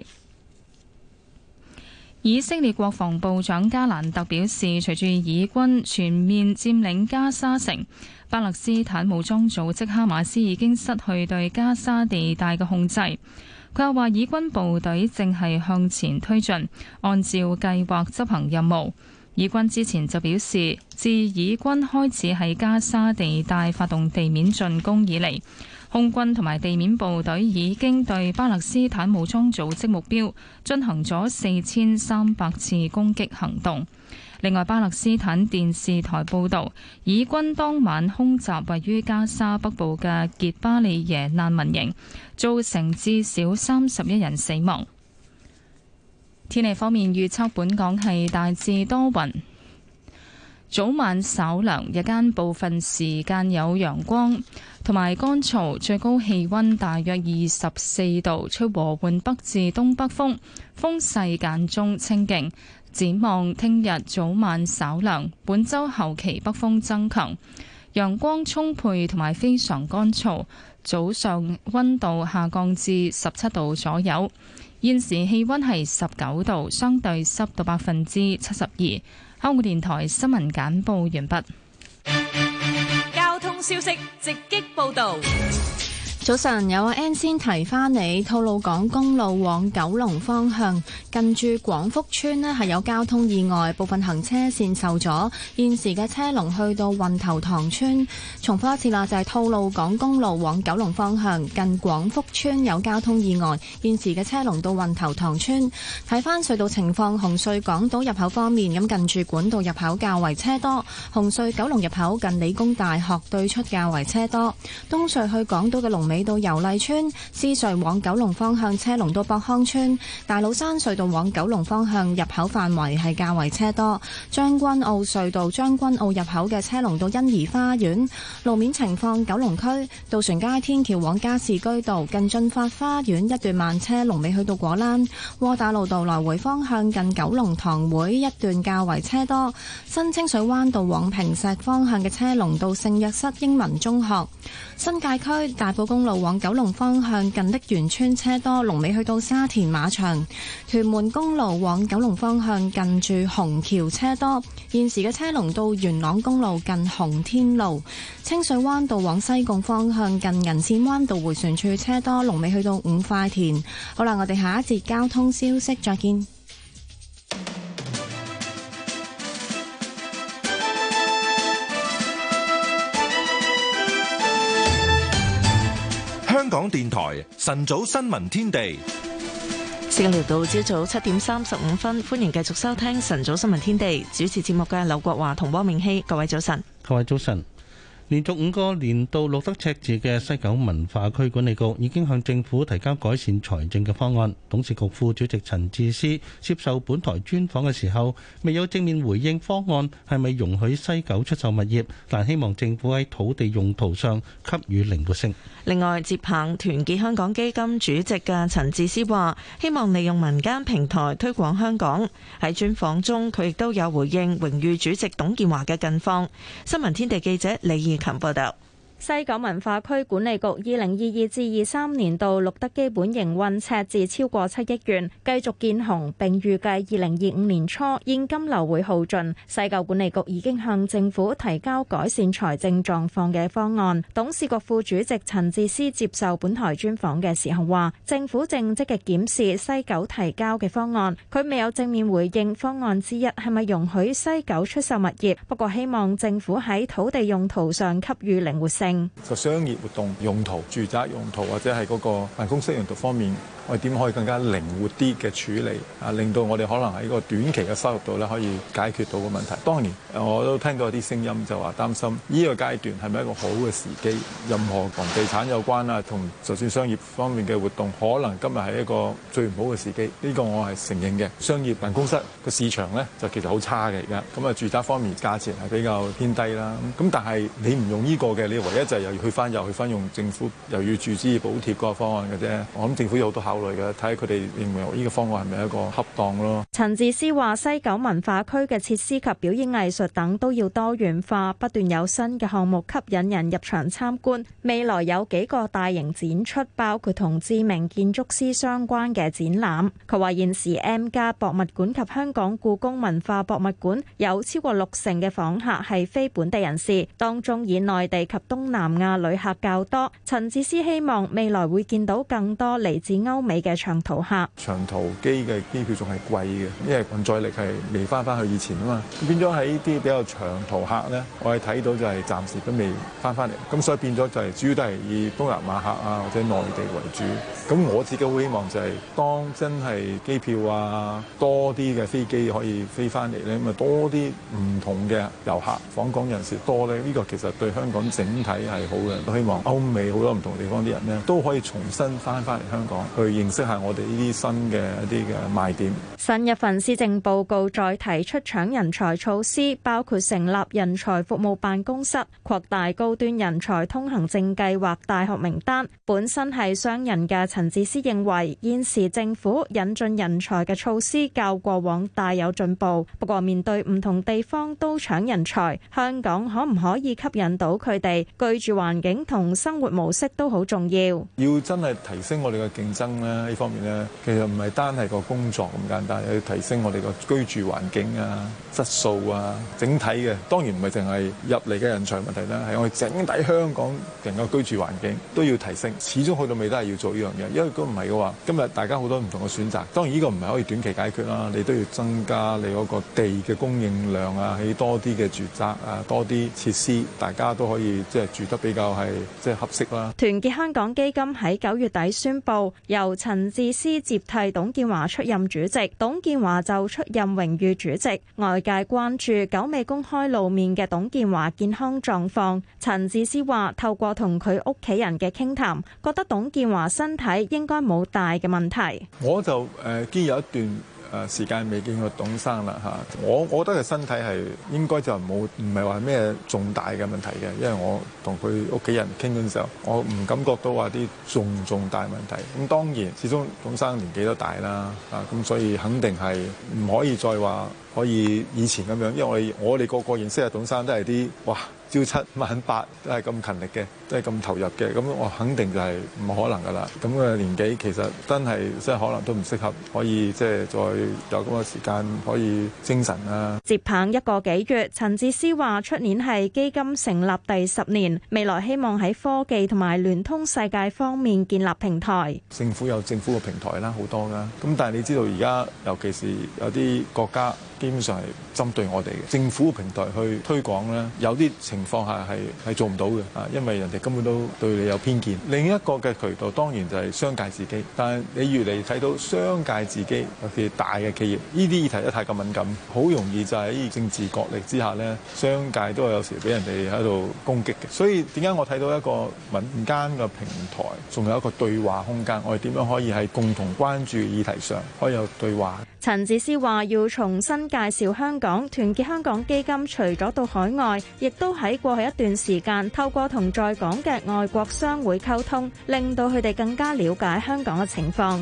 以色列國防部長加蘭特表示，隨住以軍全面佔領加沙城，巴勒斯坦武裝組織哈馬斯已經失去對加沙地帶嘅控制。佢又話，以軍部隊正係向前推進，按照計劃執行任務。以軍之前就表示，自以軍開始喺加沙地帶發動地面進攻以嚟，空軍同埋地面部隊已經對巴勒斯坦武裝組織目標進行咗四千三百次攻擊行動。另外，巴勒斯坦電視台報導，以軍當晚空襲位於加沙北部嘅傑巴利耶難民營，造成至少三十一人死亡。天氣方面預測，本港係大致多雲，早晚稍涼，日間部分時間有陽光同埋乾燥，最高氣溫大約二十四度，吹和緩北至東北風，風勢間中清勁。展望聽日早晚稍涼，本周後期北風增強，陽光充沛同埋非常乾燥，早上溫度下降至十七度左右。現時氣溫係十九度，相對濕度百分之七十二。香港電台新聞簡報完畢。 交通消息直擊報道。 早晨，有阿 N 先提翻你，吐露港公路往九龍方向近住廣福村呢係有交通意外，部分行車線受阻，現時嘅車龍去到運頭塘村。重複一次啦，就係吐露港公路往九龍方向近廣福村有交通意外，現時嘅車龍到運頭塘村。睇翻隧道情況，紅隧港島入口方面，咁近住管道入口較為車多，紅隧九龍入口近理工大學對出較為車多，東隧去港島嘅龍尾尾到油麗村，獅隧往九龍方向車龍到博康村，大老山隧道往九龍方向入口範圍係較為車多。將軍澳隧道將軍澳入口嘅車龍到欣怡花園。路面情況，九龍區渡船街天橋往加士居道近駿發花園一段慢車，龍尾去到果欄。窩打老道來回方向近九龍塘會一段較為車多。新清水灣道往坪石方向嘅車龍到聖約瑟英文中學。新界區大埔公路往九龍方向近瀝源村車多，龍尾去到沙田馬場。屯門公路往九龍方向近住紅橋車多，現時嘅車龍到元朗公路近紅天路。清水灣道往西貢方向近銀線灣道迴旋處車多，龍尾去到五塊田。好啦，我哋下一節交通消息再見。 香港電台晨早新聞天地， 時間嚟到朝早七點三十五分，歡迎繼續收聽晨早新聞天地。主持節目嘅劉國華同汪明熙，各位早晨。 各位早晨。連續五個年度錄得赤字嘅西九文化區管理局已經向政府提交改善財政嘅方案。董事局副主席陳智思接受本台專訪嘅時候，未有正面回應方案係咪容許西九出售物業，但希望政府喺土地用途上給予靈活性。 另外，接棒團結香港基金主席嘅陳智思話，希望利用民間平台推廣香港。喺專訪中，佢亦都有回應榮譽主席董建華嘅近況。新聞天地記者李義琴報道。 西九文化區管理局二零二二至二三年度錄得基本營運赤字超過七億元，繼續見紅，並預計二零二五年初現金流會耗盡。西九管理局已經向政府提交改善財政狀況嘅方案。董事局副主席陳智思接受本台專訪嘅時候話，政府正積極檢視西九提交嘅方案，佢未有正面回應方案之一係咪容許西九出售物業，不過希望政府喺土地用途上給予靈活性。 就商業活動用途、住宅用途或者係嗰個辦公室用途方面，我哋點可以更加靈活啲嘅處理啊，令到我哋可能喺個短期嘅收入度咧可以解決到個問題。當然，我都聽到有啲聲音就話擔心呢個階段係咪一個好嘅時機？任何同地產有關啊，同就算商業方面嘅活動，可能今日係一個最唔好嘅時機。呢個我係承認嘅。商業辦公室個市場咧就其實好差嘅而家。咁啊，住宅方面價錢係比較偏低啦。咁但係你唔用呢個嘅，你唯一就係又要去翻又去翻用政府又要注資補貼嗰個方案嘅啫。我諗政府有好多考慮嘅，睇下佢哋認為呢個方案係咪一個恰當咯。 陳智思話：西九文化區嘅設施及表演藝術等都要多元化，不斷有新嘅項目吸引人入場參觀。未來有幾個大型展出，包括同知名建築師相關嘅展覽。佢話現時 M+ 博物館及香港故宮文化博物館有超過六成嘅訪客係非本地人士，當中以內地及東南亞旅客較多。陳智思希望未來會見到更多嚟自歐美嘅長途客。 長途機嘅機票仲係貴嘅，因為運載力係未翻翻去以前啊嘛。變咗喺呢啲比較長途客咧，我哋睇到就係暫時都未翻翻嚟。咁所以變咗就係主要都係以東南亞客啊或者內地為主。咁我自己好希望就係當真係機票啊多啲嘅飛機可以飛翻嚟咧，咁啊多啲唔同嘅遊客訪港人士多咧，呢個其實對香港整體係好嘅。都希望歐美好多唔同地方啲人咧都可以重新翻翻嚟香港去認識下我哋呢啲新嘅一啲嘅賣點。 新一份施政報告再提出搶人才措施，包括成立人才服務辦公室、擴大高端人才通行證計劃大學名單。本身係商人嘅陳智思認為，現時政府引進人才嘅措施較過往大有進步。不過面對唔同地方都搶人才，香港可唔可以吸引到佢哋？居住環境同生活模式都好重要。 要真係提升我哋嘅競爭咧，呢方面咧，其實唔係單係個工作咁簡單，要提升我哋個居住環境啊、質素啊、整體嘅。當然唔係淨係入嚟嘅人才問題啦，係我哋整體香港人嘅居住環境都要提升。始終去到尾都係要做呢樣嘢，因為如果唔係嘅話，今日大家好多唔同嘅選擇。當然呢個唔係可以短期解決啦，你都要增加你嗰個地嘅供應量啊，起多啲嘅住宅啊，多啲設施，大家都可以即係住得比較係即係合適啦。 團結香港基金喺九月底宣布，由由陳智思接替董建華出任主席，董建華就出任榮譽主席。外界關注久未公開露面嘅董建華健康狀況。陳智思話：透過同佢屋企人嘅傾談，覺得董建華身體應該冇大嘅問題。 我就誒、呃、見有一段誒時間未見過董生啦嚇，我我覺得佢身體係應該就冇唔係話咩重大嘅問題嘅，因為我同佢屋企人傾嗰陣時候，我唔感覺到話啲重重大問題。咁當然，始終董生年紀都大啦，啊咁所以肯定係唔可以再話可以以前咁樣，因為我哋我哋個個認識嘅董生都係啲哇朝七晚八都係咁勤力嘅，都係咁投入嘅，咁我肯定就係唔可能噶啦。咁嘅年紀其實真係即係可能都唔適合可以即係再有咁嘅時間可以精神啊。 接棒一個幾月，陳智思話出年係基金成立第十年，未來希望喺科技同埋聯通世界方面建立平台。 政府有政府嘅平台啦，好多啦。咁但係你知道而家尤其是有啲國家基本上係針對我哋嘅政府嘅平台去推廣咧，有啲情況下係係做唔到嘅啊，因為人哋根本都對你有偏見。另一個嘅渠道當然就係商界自己，但係你越嚟睇到商界自己尤其大嘅企業，呢啲議題都太過敏感，好容易就喺政治角力之下咧，商界都係有時俾人哋喺度攻擊嘅。所以點解我睇到一個民間嘅平台，仲有一個對話空間，我哋點樣可以喺共同關注議題上可以有對話？ 陳智思話要重新介紹香港，團結香港基金除咗到海外，亦都喺過去一段時間透過同在港嘅外國商會溝通，令到佢哋更加了解香港嘅情況。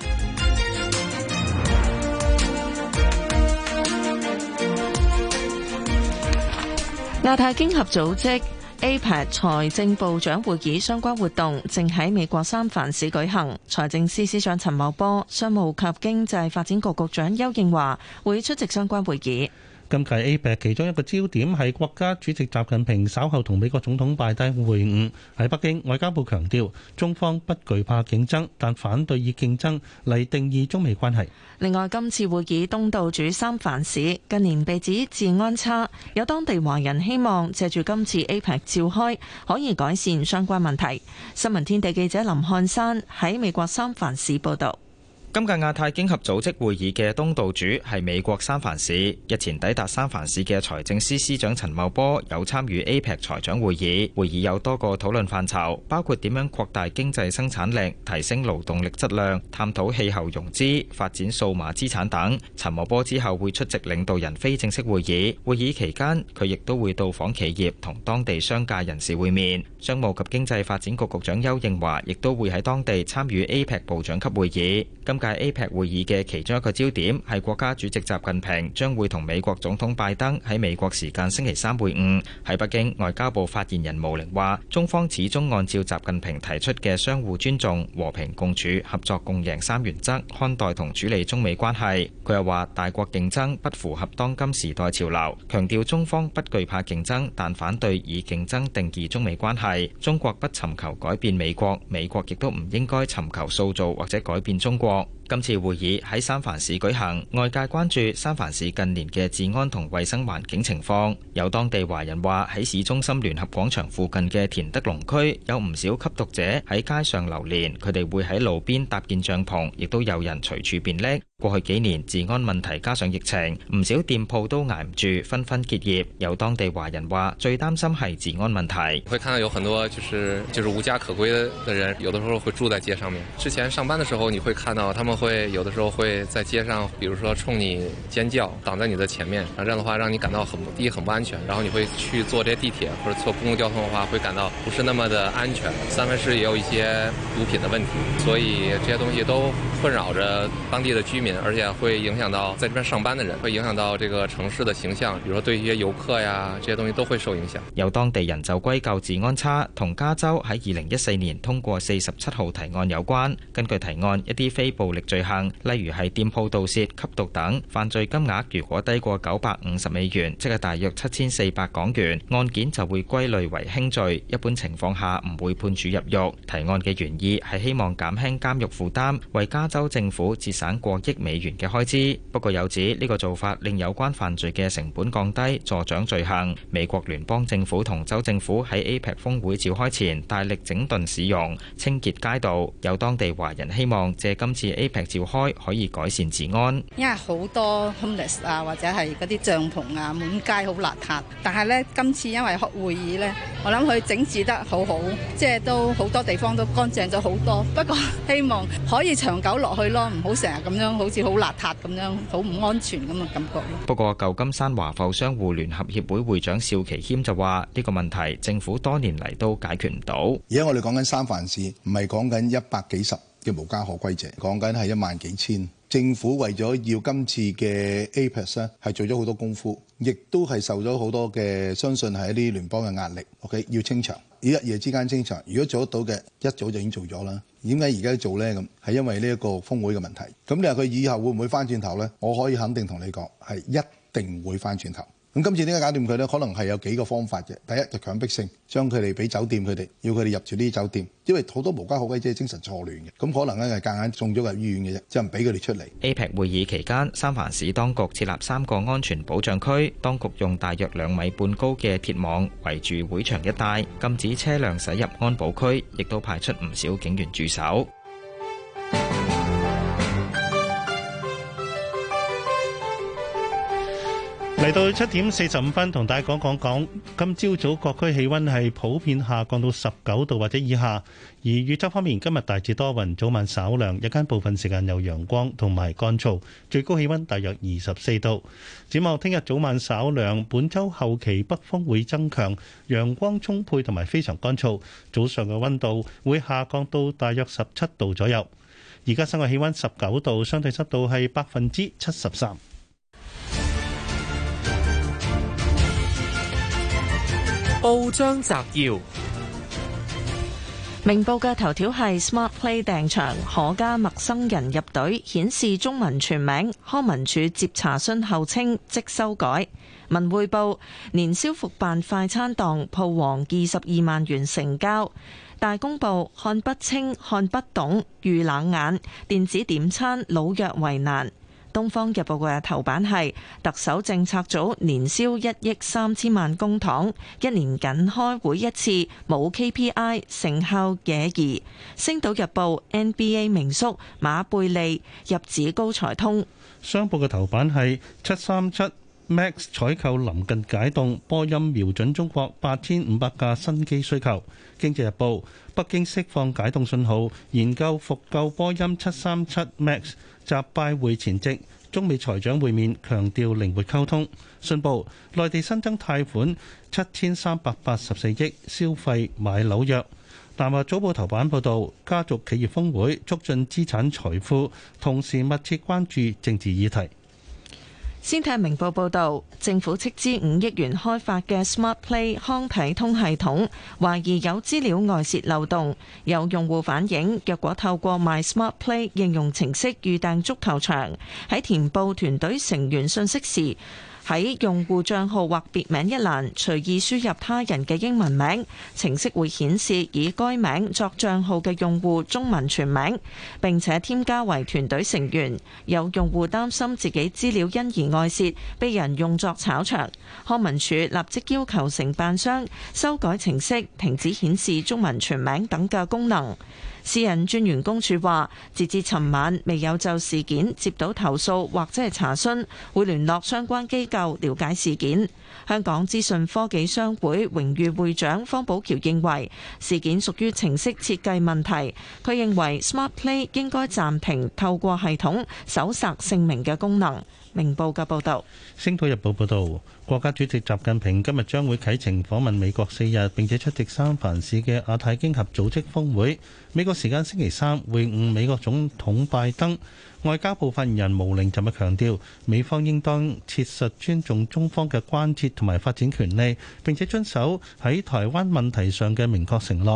亞太經合組織 A P E C 財政部長會議相關活動正喺美國三藩市舉行，財政司司長陳茂波、商務及經濟發展局局長邱應華會出席相關會議。 今屆 A P E C 其中一個焦點係國家主席習近平稍後同美國總統拜登會晤。喺北京，外交部強調中方不懼怕競爭，但反對以競爭嚟定義中美關係。 另外，今次會議東道主三藩市近年被指治安差，有當地華人希望借住今次 A P E C 召開可以改善相關問題。新聞天地記者林漢山喺美國三藩市報道。 今屆亞太經合組織會議嘅東道主係美國三藩市。日前抵達三藩市嘅財政司司長陳茂波有參與 A P E C 財長會議。會議有多個討論範疇，包括點樣擴大經濟生產力、提升勞動力質量、探討氣候融資、發展數碼資產等。陳茂波之後會出席領導人非正式會議。會議期間，佢亦都會到訪企業同當地商界人士會面。商務及經濟發展局局長邱應華亦都會喺當地參與 A P E C 部長級會議。今屆 A P E C 會議嘅其中一個焦點係國家主席習近平將會同美國總統拜登喺美國時間星期三會晤。喺北京，外交部發言人毛寧話：中方始終按照習近平提出嘅相互尊重、和平共處、合作共贏三原則看待同處理中美關係。佢又話：大國競爭不符合當今時代潮流，強調中方不懼怕競爭，但反對以競爭定義中美關係。中國不尋求改變美國，美國亦都唔應該尋求塑造或者改變中國。今次會議喺三藩市舉行，外界關注三藩市近年嘅治安同衛生環境情況。有當地華人話喺市中心聯合廣場附近嘅田德隆區有唔少吸毒者喺街上流連，佢哋會喺路邊搭建帳篷，亦都有人隨處便溺。過去幾年治安問題加上疫情，唔少店鋪都捱唔住，紛紛結業。有當地華人話最擔心係治安問題。 會看到有很多就是就是無家可歸的人，有的時候會住在街上面。之前上班的時候，你會看到他們會有的時候會在街上，比如說衝你尖叫，擋在你的前面，然後這樣的話讓你感到很第一很不安全。然後你會去坐這些地鐵或者坐公共交通的話，會感到不是那麼的安全。三藩市也有一些毒品的問題，所以這些東西都困擾着當地的居民。而且會影響到在這邊上班的人，會影響到這個城市的形象，比如說對一些遊客呀，這些東西都會受影響。 有當地人就歸咎治安差同加州喺二零一四年通過四十七號提案有關。根據提案，一啲非暴力罪行，例如係店鋪盜竊、吸毒等，犯罪金額如果低過九百五十美元，即係大約七千四百港元，案件就會歸類為輕罪，一般情況下唔會判處入獄。提案嘅原意係希望減輕監獄負擔，為加州政府節省過億美元嘅開支。不過有指呢個做法令有關犯罪嘅成本降低，助長罪行。美國聯邦政府同州政府喺 A P E C 峰會召開前大力整頓市容、清潔街道。有當地華人希望借今次 A P E C 召開可以改善治安， 因為好多 homeless 啊或者係嗰啲帳篷啊滿街好邋遢，但係呢，今次因為會議呢，我諗佢整治得好好，即係都好多地方都乾淨咗好多。不過希望可以長久落去咯，唔好成日咁樣好似好邋遢咁樣，好唔安全咁嘅感覺。 不過舊金山華埠商戶聯合協會會長邵其謙就話：呢個問題政府多年嚟都解決唔到。 而家我哋講緊三藩市，唔係講緊一百幾十嘅無家可歸者，講緊係一萬幾千。政府為咗要今次嘅 A P E C 咧，係做咗好多功夫，亦都係受咗好多嘅，相信係一啲聯邦嘅壓力。OK， 要清場，要一夜之間清場。如果做得到嘅，一早就已經做咗啦。點解而家做呢？咁係因為呢一個峰會嘅問題。咁你話佢以後會唔會翻轉頭呢？我可以肯定同你講，係一定會翻轉頭。咁今次點解搞掂佢呢？可能係有幾個方法嘅。第一就強迫性，將佢哋俾酒店佢哋，要佢哋入住呢啲酒店，因為好多無家可歸者精神錯亂嘅，咁可能咧係夾硬送咗入醫院嘅啫，即係唔俾佢哋出嚟。 A P E C 會議期間，三藩市當局設立三個安全保障區，當局用大約兩米半高嘅鐵網圍住會場一帶，禁止車輛駛入安保區，亦都派出唔少警員駐守。 嚟到七點四十五分，同大家講講講，今朝早各區氣溫係普遍下降到十九度或者以下。而預測方面，今日大致多雲，早晚稍涼，日間部分時間有陽光同埋乾燥，最高氣溫大約二十四度。展望聽日早晚稍涼，本週後期北風會增強，陽光充沛同埋非常乾燥，早上嘅溫度會下降到大約十七度左右。而家室外氣溫十九度，相對濕度係百分之七十三。 報章摘要： 明報嘅頭條係 Smart Play 訂場可加陌生人入隊，顯示中文全名。康文署接查詢後稱即修改。文匯報年宵復辦快餐檔鋪王二十二萬元成交。大公報看不清看不懂遇冷眼，電子點餐老弱為難。東方日報嘅頭版係特首政策組年銷一億三千萬公帑，一年僅開會一次，冇 K P I， 成效惹疑。星島日報 N B A 名宿馬貝利入紙高才通。 商報嘅頭版係七三七 Max 採購臨近解凍，波音瞄準中國八千五百架新機需求。經濟日報北京釋放解凍信號，研究復購波音七三七 Max。集拜會前夕，中美財長會面，強調靈活溝通。信報內地新增貸款七千三百八十四億，消費買樓弱。南華早報頭版報導，家族企業峰會促進資產財富，同時密切關注政治議題。 先睇明報報導，政府斥資五億元開發嘅 Smart Play 康體通系統，懷疑有資料外泄漏洞。有用戶反映，若果透過 My Smart Play 應用程式預訂足球場，喺填報團隊成員信息時，喺用戶帳號或別名一欄隨意輸入他人嘅英文名，程式會顯示以該名作帳號嘅用戶中文全名，並且添加為團隊成員。有用戶擔心自己資料因而外泄，被人用作炒場。康文署立即要求承辦商修改程式，停止顯示中文全名等嘅功能。私隱專員公署話，截至尋晚未有就事件接到投訴或者係查詢，會聯絡相關機構了解事件。香港資訊科技商會榮譽會長方寶橋認為事件屬於程式設計問題，佢認為 Smart Play 應該暫停透過系統搜索姓名嘅功能。明報嘅報導。 《星島日報》報導，國家主席習近平今日將會啟程訪問美國四日，並且出席三藩市嘅亞太經合組織峰會。美國時間星期三會晤美國總統拜登。外交部發言人毛寧尋日強調，美方應當切實尊重中方嘅關切同埋發展權利，並且遵守喺台灣問題上嘅明確承諾。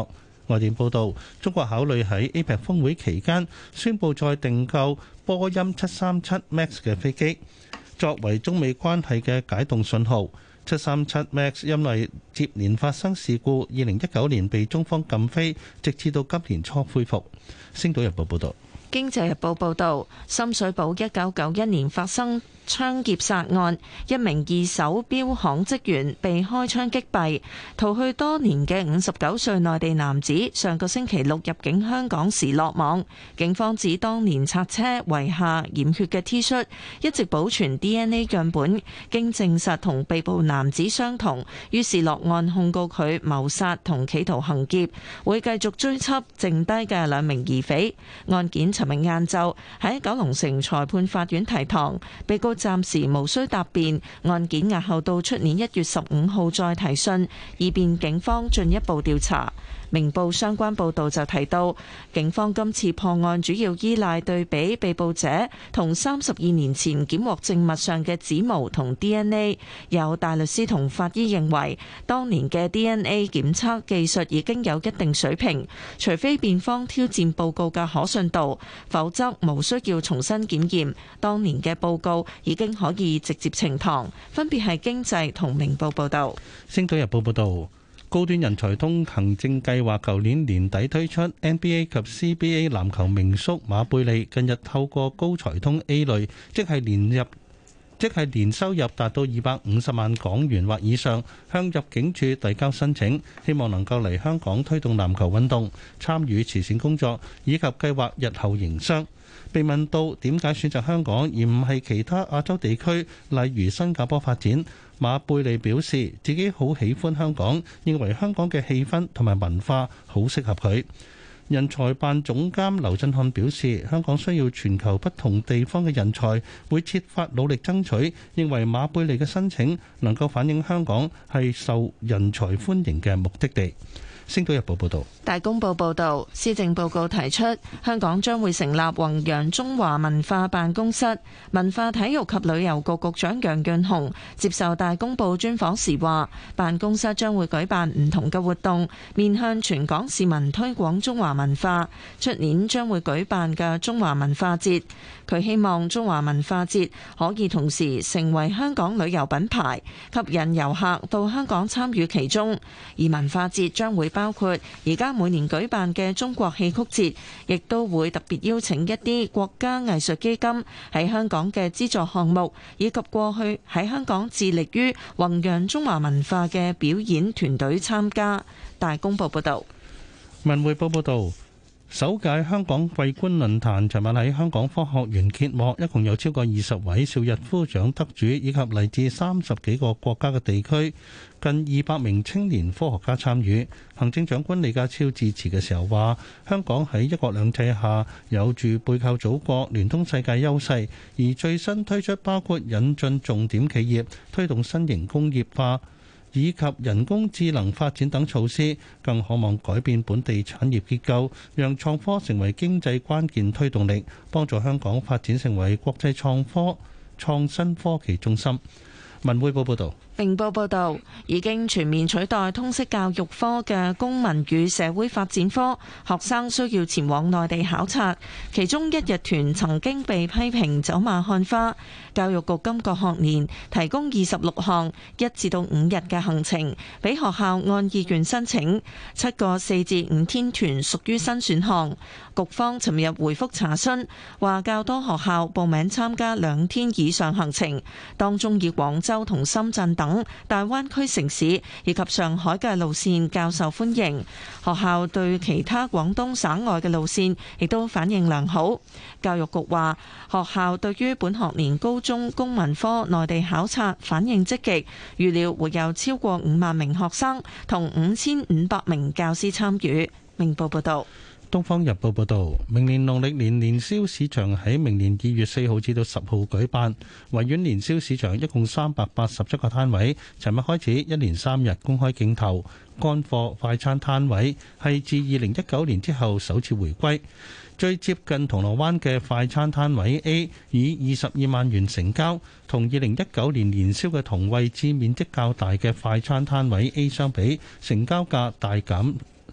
外電報導，中國考慮喺 A P E C 峰會期間宣布再訂購波音七三七 MAX 嘅飛機，作為中美關係嘅解凍信號。七三七 MAX 因為接連發生事故，二零一九年被中方禁飛，直至到今年初恢復。星島日報報導。 經濟日報報導，深水埗一九九一年發生槍劫殺案，一名二手錶行職員被開槍擊斃，逃去多年嘅五十九歲內地男子上個星期六入境香港時落網。警方指當年拆車遺下染血嘅 T 恤一直保存 D N A 樣本，經證實同被捕男子相同，於是落案控告佢謀殺同企圖行劫，會繼續追緝剩低嘅兩名疑匪。案件尋日晏晝喺九龍城裁判法院提堂，被告暫時無需答辯，案件押後到出年一月十五號再提訊，以便警方進一步調查。明報相關報導就提到，警方今次破案主要依賴對比被捕者同三十二年前檢獲證物上嘅指模同 D N A。有大律師同法醫認為，當年嘅 D N A 檢測技術已經有一定水平，除非辯方挑戰報告嘅可信度，否則無需要重新檢驗。當年嘅報告已經可以直接呈堂。分別係經濟同明報報導。 星島日報報導。高端人才通行證計劃舊年年底推出 ，N B A 及 C B A 籃球名宿馬貝利近日透過高才通 A 類，即係年入即係年收入達到二百五十萬港元或以上，向入境處遞交申請，希望能夠嚟香港推動籃球運動，參與慈善工作以及計劃日後營商。被問到點解選擇香港而唔係其他亞洲地區，例如新加坡發展，馬貝利表示自己好喜歡香港，認為香港嘅氣氛同埋文化好適合佢。人才辦總監劉振漢表示，香港需要全球不同地方嘅人才，會設法努力爭取，認為馬貝利嘅申請能夠反映香港係受人才歡迎嘅目的地。星島日報報道。 大公報報導，施政報告提出，香港將會成立弘揚中華文化辦公室。文化體育及旅遊局局長楊潤雄接受大公報專訪時話，辦公室將會舉辦唔同嘅活動，面向全港市民推廣中華文化。出年將會舉辦嘅中華文化節，佢希望中華文化節可以同時成為香港旅遊品牌，吸引遊客到香港參與其中。而文化節將會包括而家每年舉辦嘅中國戲曲節，亦都會特別邀請一啲國家藝術基金喺香港嘅資助項目，以及過去喺香港致力於弘揚中華文化嘅表演團隊參加。大公報報道。 文匯報報道。首屆香港桂冠論壇尋晚喺香港科學園揭幕，一共有超過二十位邵逸夫獎得主，以及嚟自三十幾個國家嘅地區，近二百名青年科學家參與。行政長官李家超致辭嘅時候話，香港喺一國兩制下有住背靠祖國、聯通世界優勢，而最新推出包括引進重點企業、推動新型工業化以及人工智能發展等措施，更渴望改變本地產業結構，讓創科成為經濟關鍵推動力，幫助香港發展成為國際創科創新科技中心。文匯報報道。 明報報導，已經全面取代通識教育科嘅公民與社會發展科，學生需要前往內地考察。其中一日團曾經被批評走馬看花。教育局今個學年提供二十六項一至到五日嘅行程，俾學校按意願申請。七個四至五天團屬於新選項。局方尋日回覆查詢，話較多學校報名參加兩天以上行程，當中以廣州同深圳等等大灣區城市以及上海嘅路線較受歡迎，學校對其他廣東省外嘅路線亦都反應良好。教育局話，學校對於本學年高中公民科內地考察反應積極，預料會有超過五萬名學生同五千五百名教師參與。明報報道。 《東方日報》報導，明年農曆年年宵市場喺明年二月四號至到十號舉辦。維園年宵市場一共三百八十七個攤位，尋日開始一連三日公開競投。乾貨快餐攤位係自二零一九年之後首次回歸。最接近銅鑼灣嘅快餐攤位 A 以二十二萬元成交，同二零一九年年宵嘅同位置面積較大嘅快餐攤位 A 相比，成交價大減。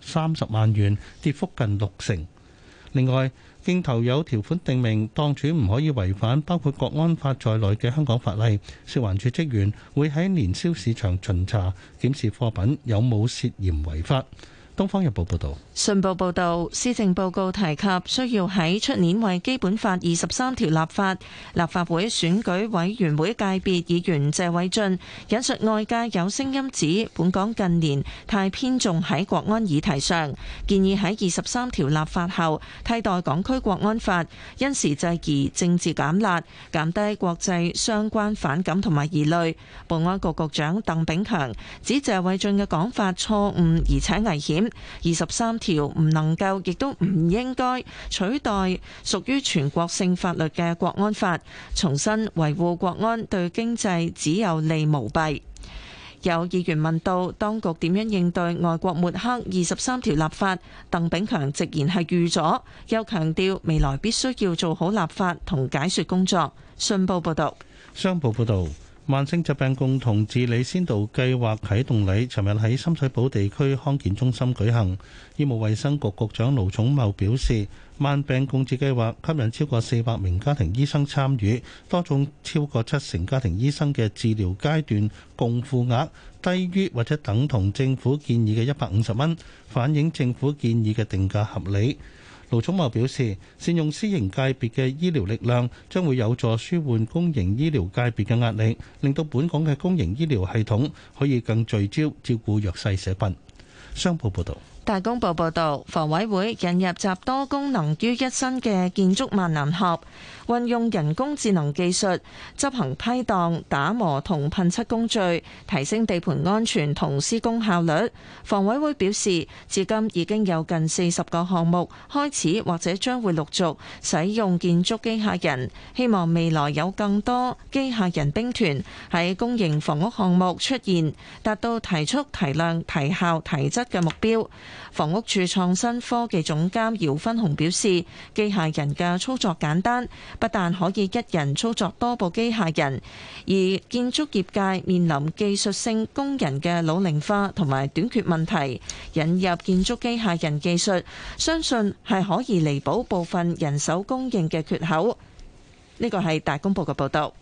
三十萬元，跌幅近六成。另外，競投有條款定明，檔主唔可以違反包括國安法在內嘅香港法例。食環署職員會喺年宵市場巡查，檢視貨品有冇涉嫌違法。《東方日報》報導， 信報報導，施政報告提及需要喺出年為基本法二十三條立法。立法會選舉委員會界別議員謝偉俊引述外界有聲音指，本港近年太偏重喺國安議題上，建議喺二十三條立法後替代港區國安法，因時制宜，政治減辣，減低國際相關反感同埋疑慮。保安局局長鄧炳強指謝偉俊嘅講法錯誤而且危險。二十三條唔能夠，亦都唔應該取代屬於全國性法律嘅國安法，重申維護國安對經濟只有利無弊。有議員問到當局點樣應對外國抹黑二十三條立法，鄧炳強直言係預咗，又強調未來必須要做好立法同解說工作。信報報道。 商報報導。慢性疾病共同治理先導計劃啟動禮尋日喺深水埗地區康健中心舉行。醫務衛生局局長盧寵茂表示，慢病共治計劃吸引超過四百名家庭醫生參與，當中超過七成家庭醫生嘅治療階段共付額低於或者等同政府建議嘅一百五十蚊，反映政府建議嘅定價合理。盧寵茂表示，善用私營界別嘅醫療力量，將會有助舒緩公營醫療界別嘅壓力，令到本港嘅公營醫療系統可以更聚焦照顧弱勢社群。商報報導。 大公報報導，房委會引入集多功能於一身嘅建築萬能盒，運用人工智能技術執行批檔、打磨同噴漆工序，提升地盤安全同施工效率。房委會表示，至今已經有近四十個項目開始或者將會陸續使用建築機械人，希望未來有更多機械人兵團喺公營房屋項目出現，達到提速、提量、提效、提質嘅目標。房屋署創新科技總監姚芬雄表示，機械人嘅操作簡單，不但可以一人操作多部機械人，而建築業界面臨技術性工人嘅老齡化同埋短缺問題，引入建築機械人技術，相信係可以彌補部分人手供應嘅缺口。呢個係大公報嘅報導。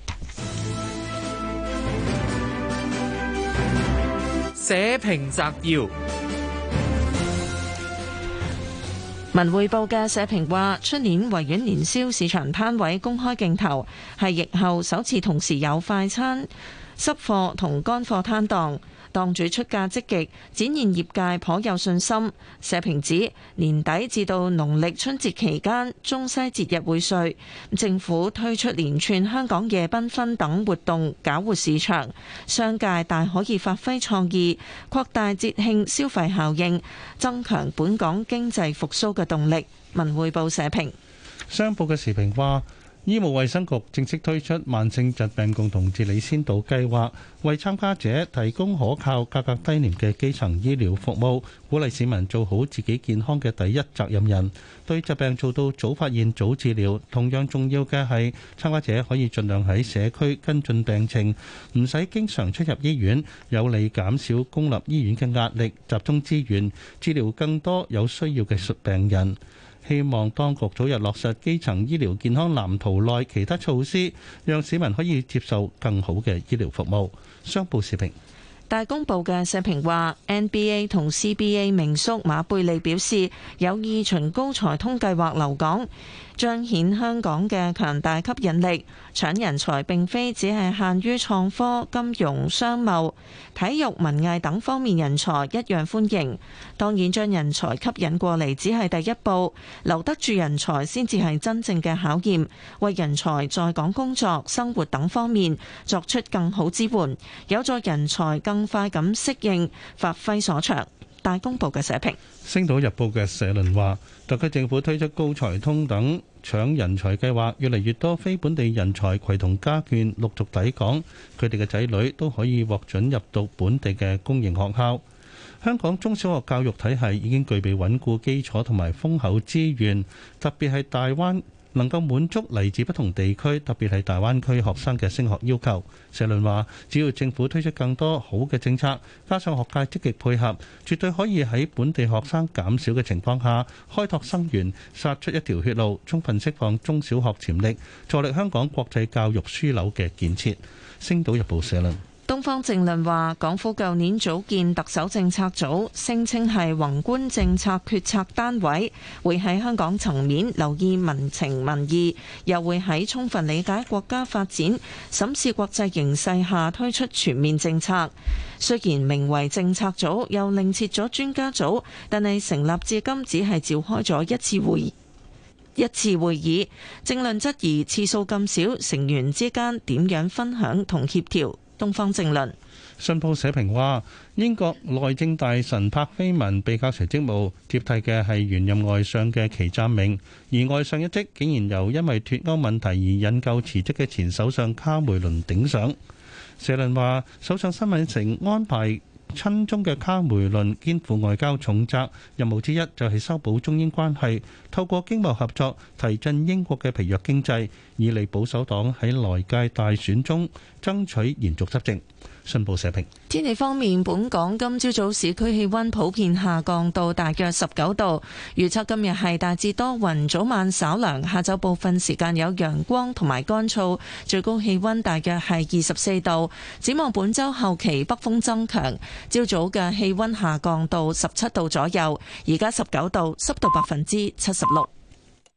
社評摘要。 文匯報嘅社評話，出年維園年宵市場攤位公開競投，係疫後首次同時有快餐、濕貨同乾貨攤檔。檔主出價積極，展現業界頗有信心。社評指年底至到農曆春節期間，中西節日匯萃，政府推出連串香港夜繽紛等活動，搞活市場。商界大可以發揮創意，擴大節慶消費效應，增強本港經濟復甦嘅動力。文匯報社評。 商報嘅時評話，醫務衛生局正式推出慢性疾病共同治理先導計劃，為參加者提供可靠、價格低廉嘅基層醫療服務，鼓勵市民做好自己健康嘅第一責任人，對疾病做到早發現、早治療。同樣重要嘅係，參加者可以盡量喺社區跟進病情，唔使經常出入醫院，有利減少公立醫院嘅壓力，集中資源治療更多有需要嘅病人。希望當局早日落實基層醫療健康藍圖內其他措施，讓市民可以接受更好嘅醫療服務。商報時評。 大公報嘅社評話 ，N B A 同 C B A 名宿馬貝利表示有意循高才通計劃留港，彰顯香港嘅強大吸引力。搶人才並非只係限於創科、金融、商貿、體育、文藝等方面人才一樣歡迎。當然，將人才吸引過嚟只係第一步，留得住人才先至係真正嘅考驗。為人才在港工作、生活等方面作出更好支援，有助人才更快咁適應，發揮所長。大公報嘅社評。《 星島日報》嘅社論話，特區政府推出高才通等搶人才計劃，越嚟越多非本地人才攜同家眷陸續抵港，佢哋嘅仔女都可以獲准入讀本地嘅公營學校。香港中小學教育體系已經具備穩固基礎同埋豐厚資源，特別係大灣能夠滿足嚟自不同地區，特別係大灣區學生嘅升學要求。社論話，只要政府推出更多好嘅政策，加上學界積極配合，絕對可以喺本地學生減少嘅情況下，開拓生源，殺出一條血路，充分釋放中小學潛力，助力香港國際教育樞紐嘅建設。星島日報社論。 東方正論話，港府舊年組建特首政策組，聲稱係宏觀政策決策單位，會喺香港層面留意民情民意，又會喺充分理解國家發展、審視國際形勢下推出全面政策。雖然名為政策組，又另設咗專家組，但係成立至今只係召開咗一次會議。一次會議，正論質疑次數咁少，成員之間點樣分享同協調？東方正論。 信報社評話，英國內政大臣柏菲文被革除職務，接替嘅係原任外相嘅祁湛明，而外相一職竟然由因為脫歐問題而引咎辭職嘅前首相卡梅倫頂上。社論話，首相辛偉誠安排親中嘅卡梅倫肩負外交重責，任務之一就係修補中英關係，透過經貿合作提振英國嘅疲弱經濟，以利保守黨喺來屆大選中爭取延續執政。信報社評。 天氣方面，本港今朝早市區氣溫普遍下降到大約十九度，預測今日係大致多雲，早晚稍涼，下晝部分時間有陽光同埋乾燥，最高氣溫大約係二十四度。展望本週後期北風增強，朝早嘅氣溫下降到十七度左右，而家十九度，濕度百分之七十六。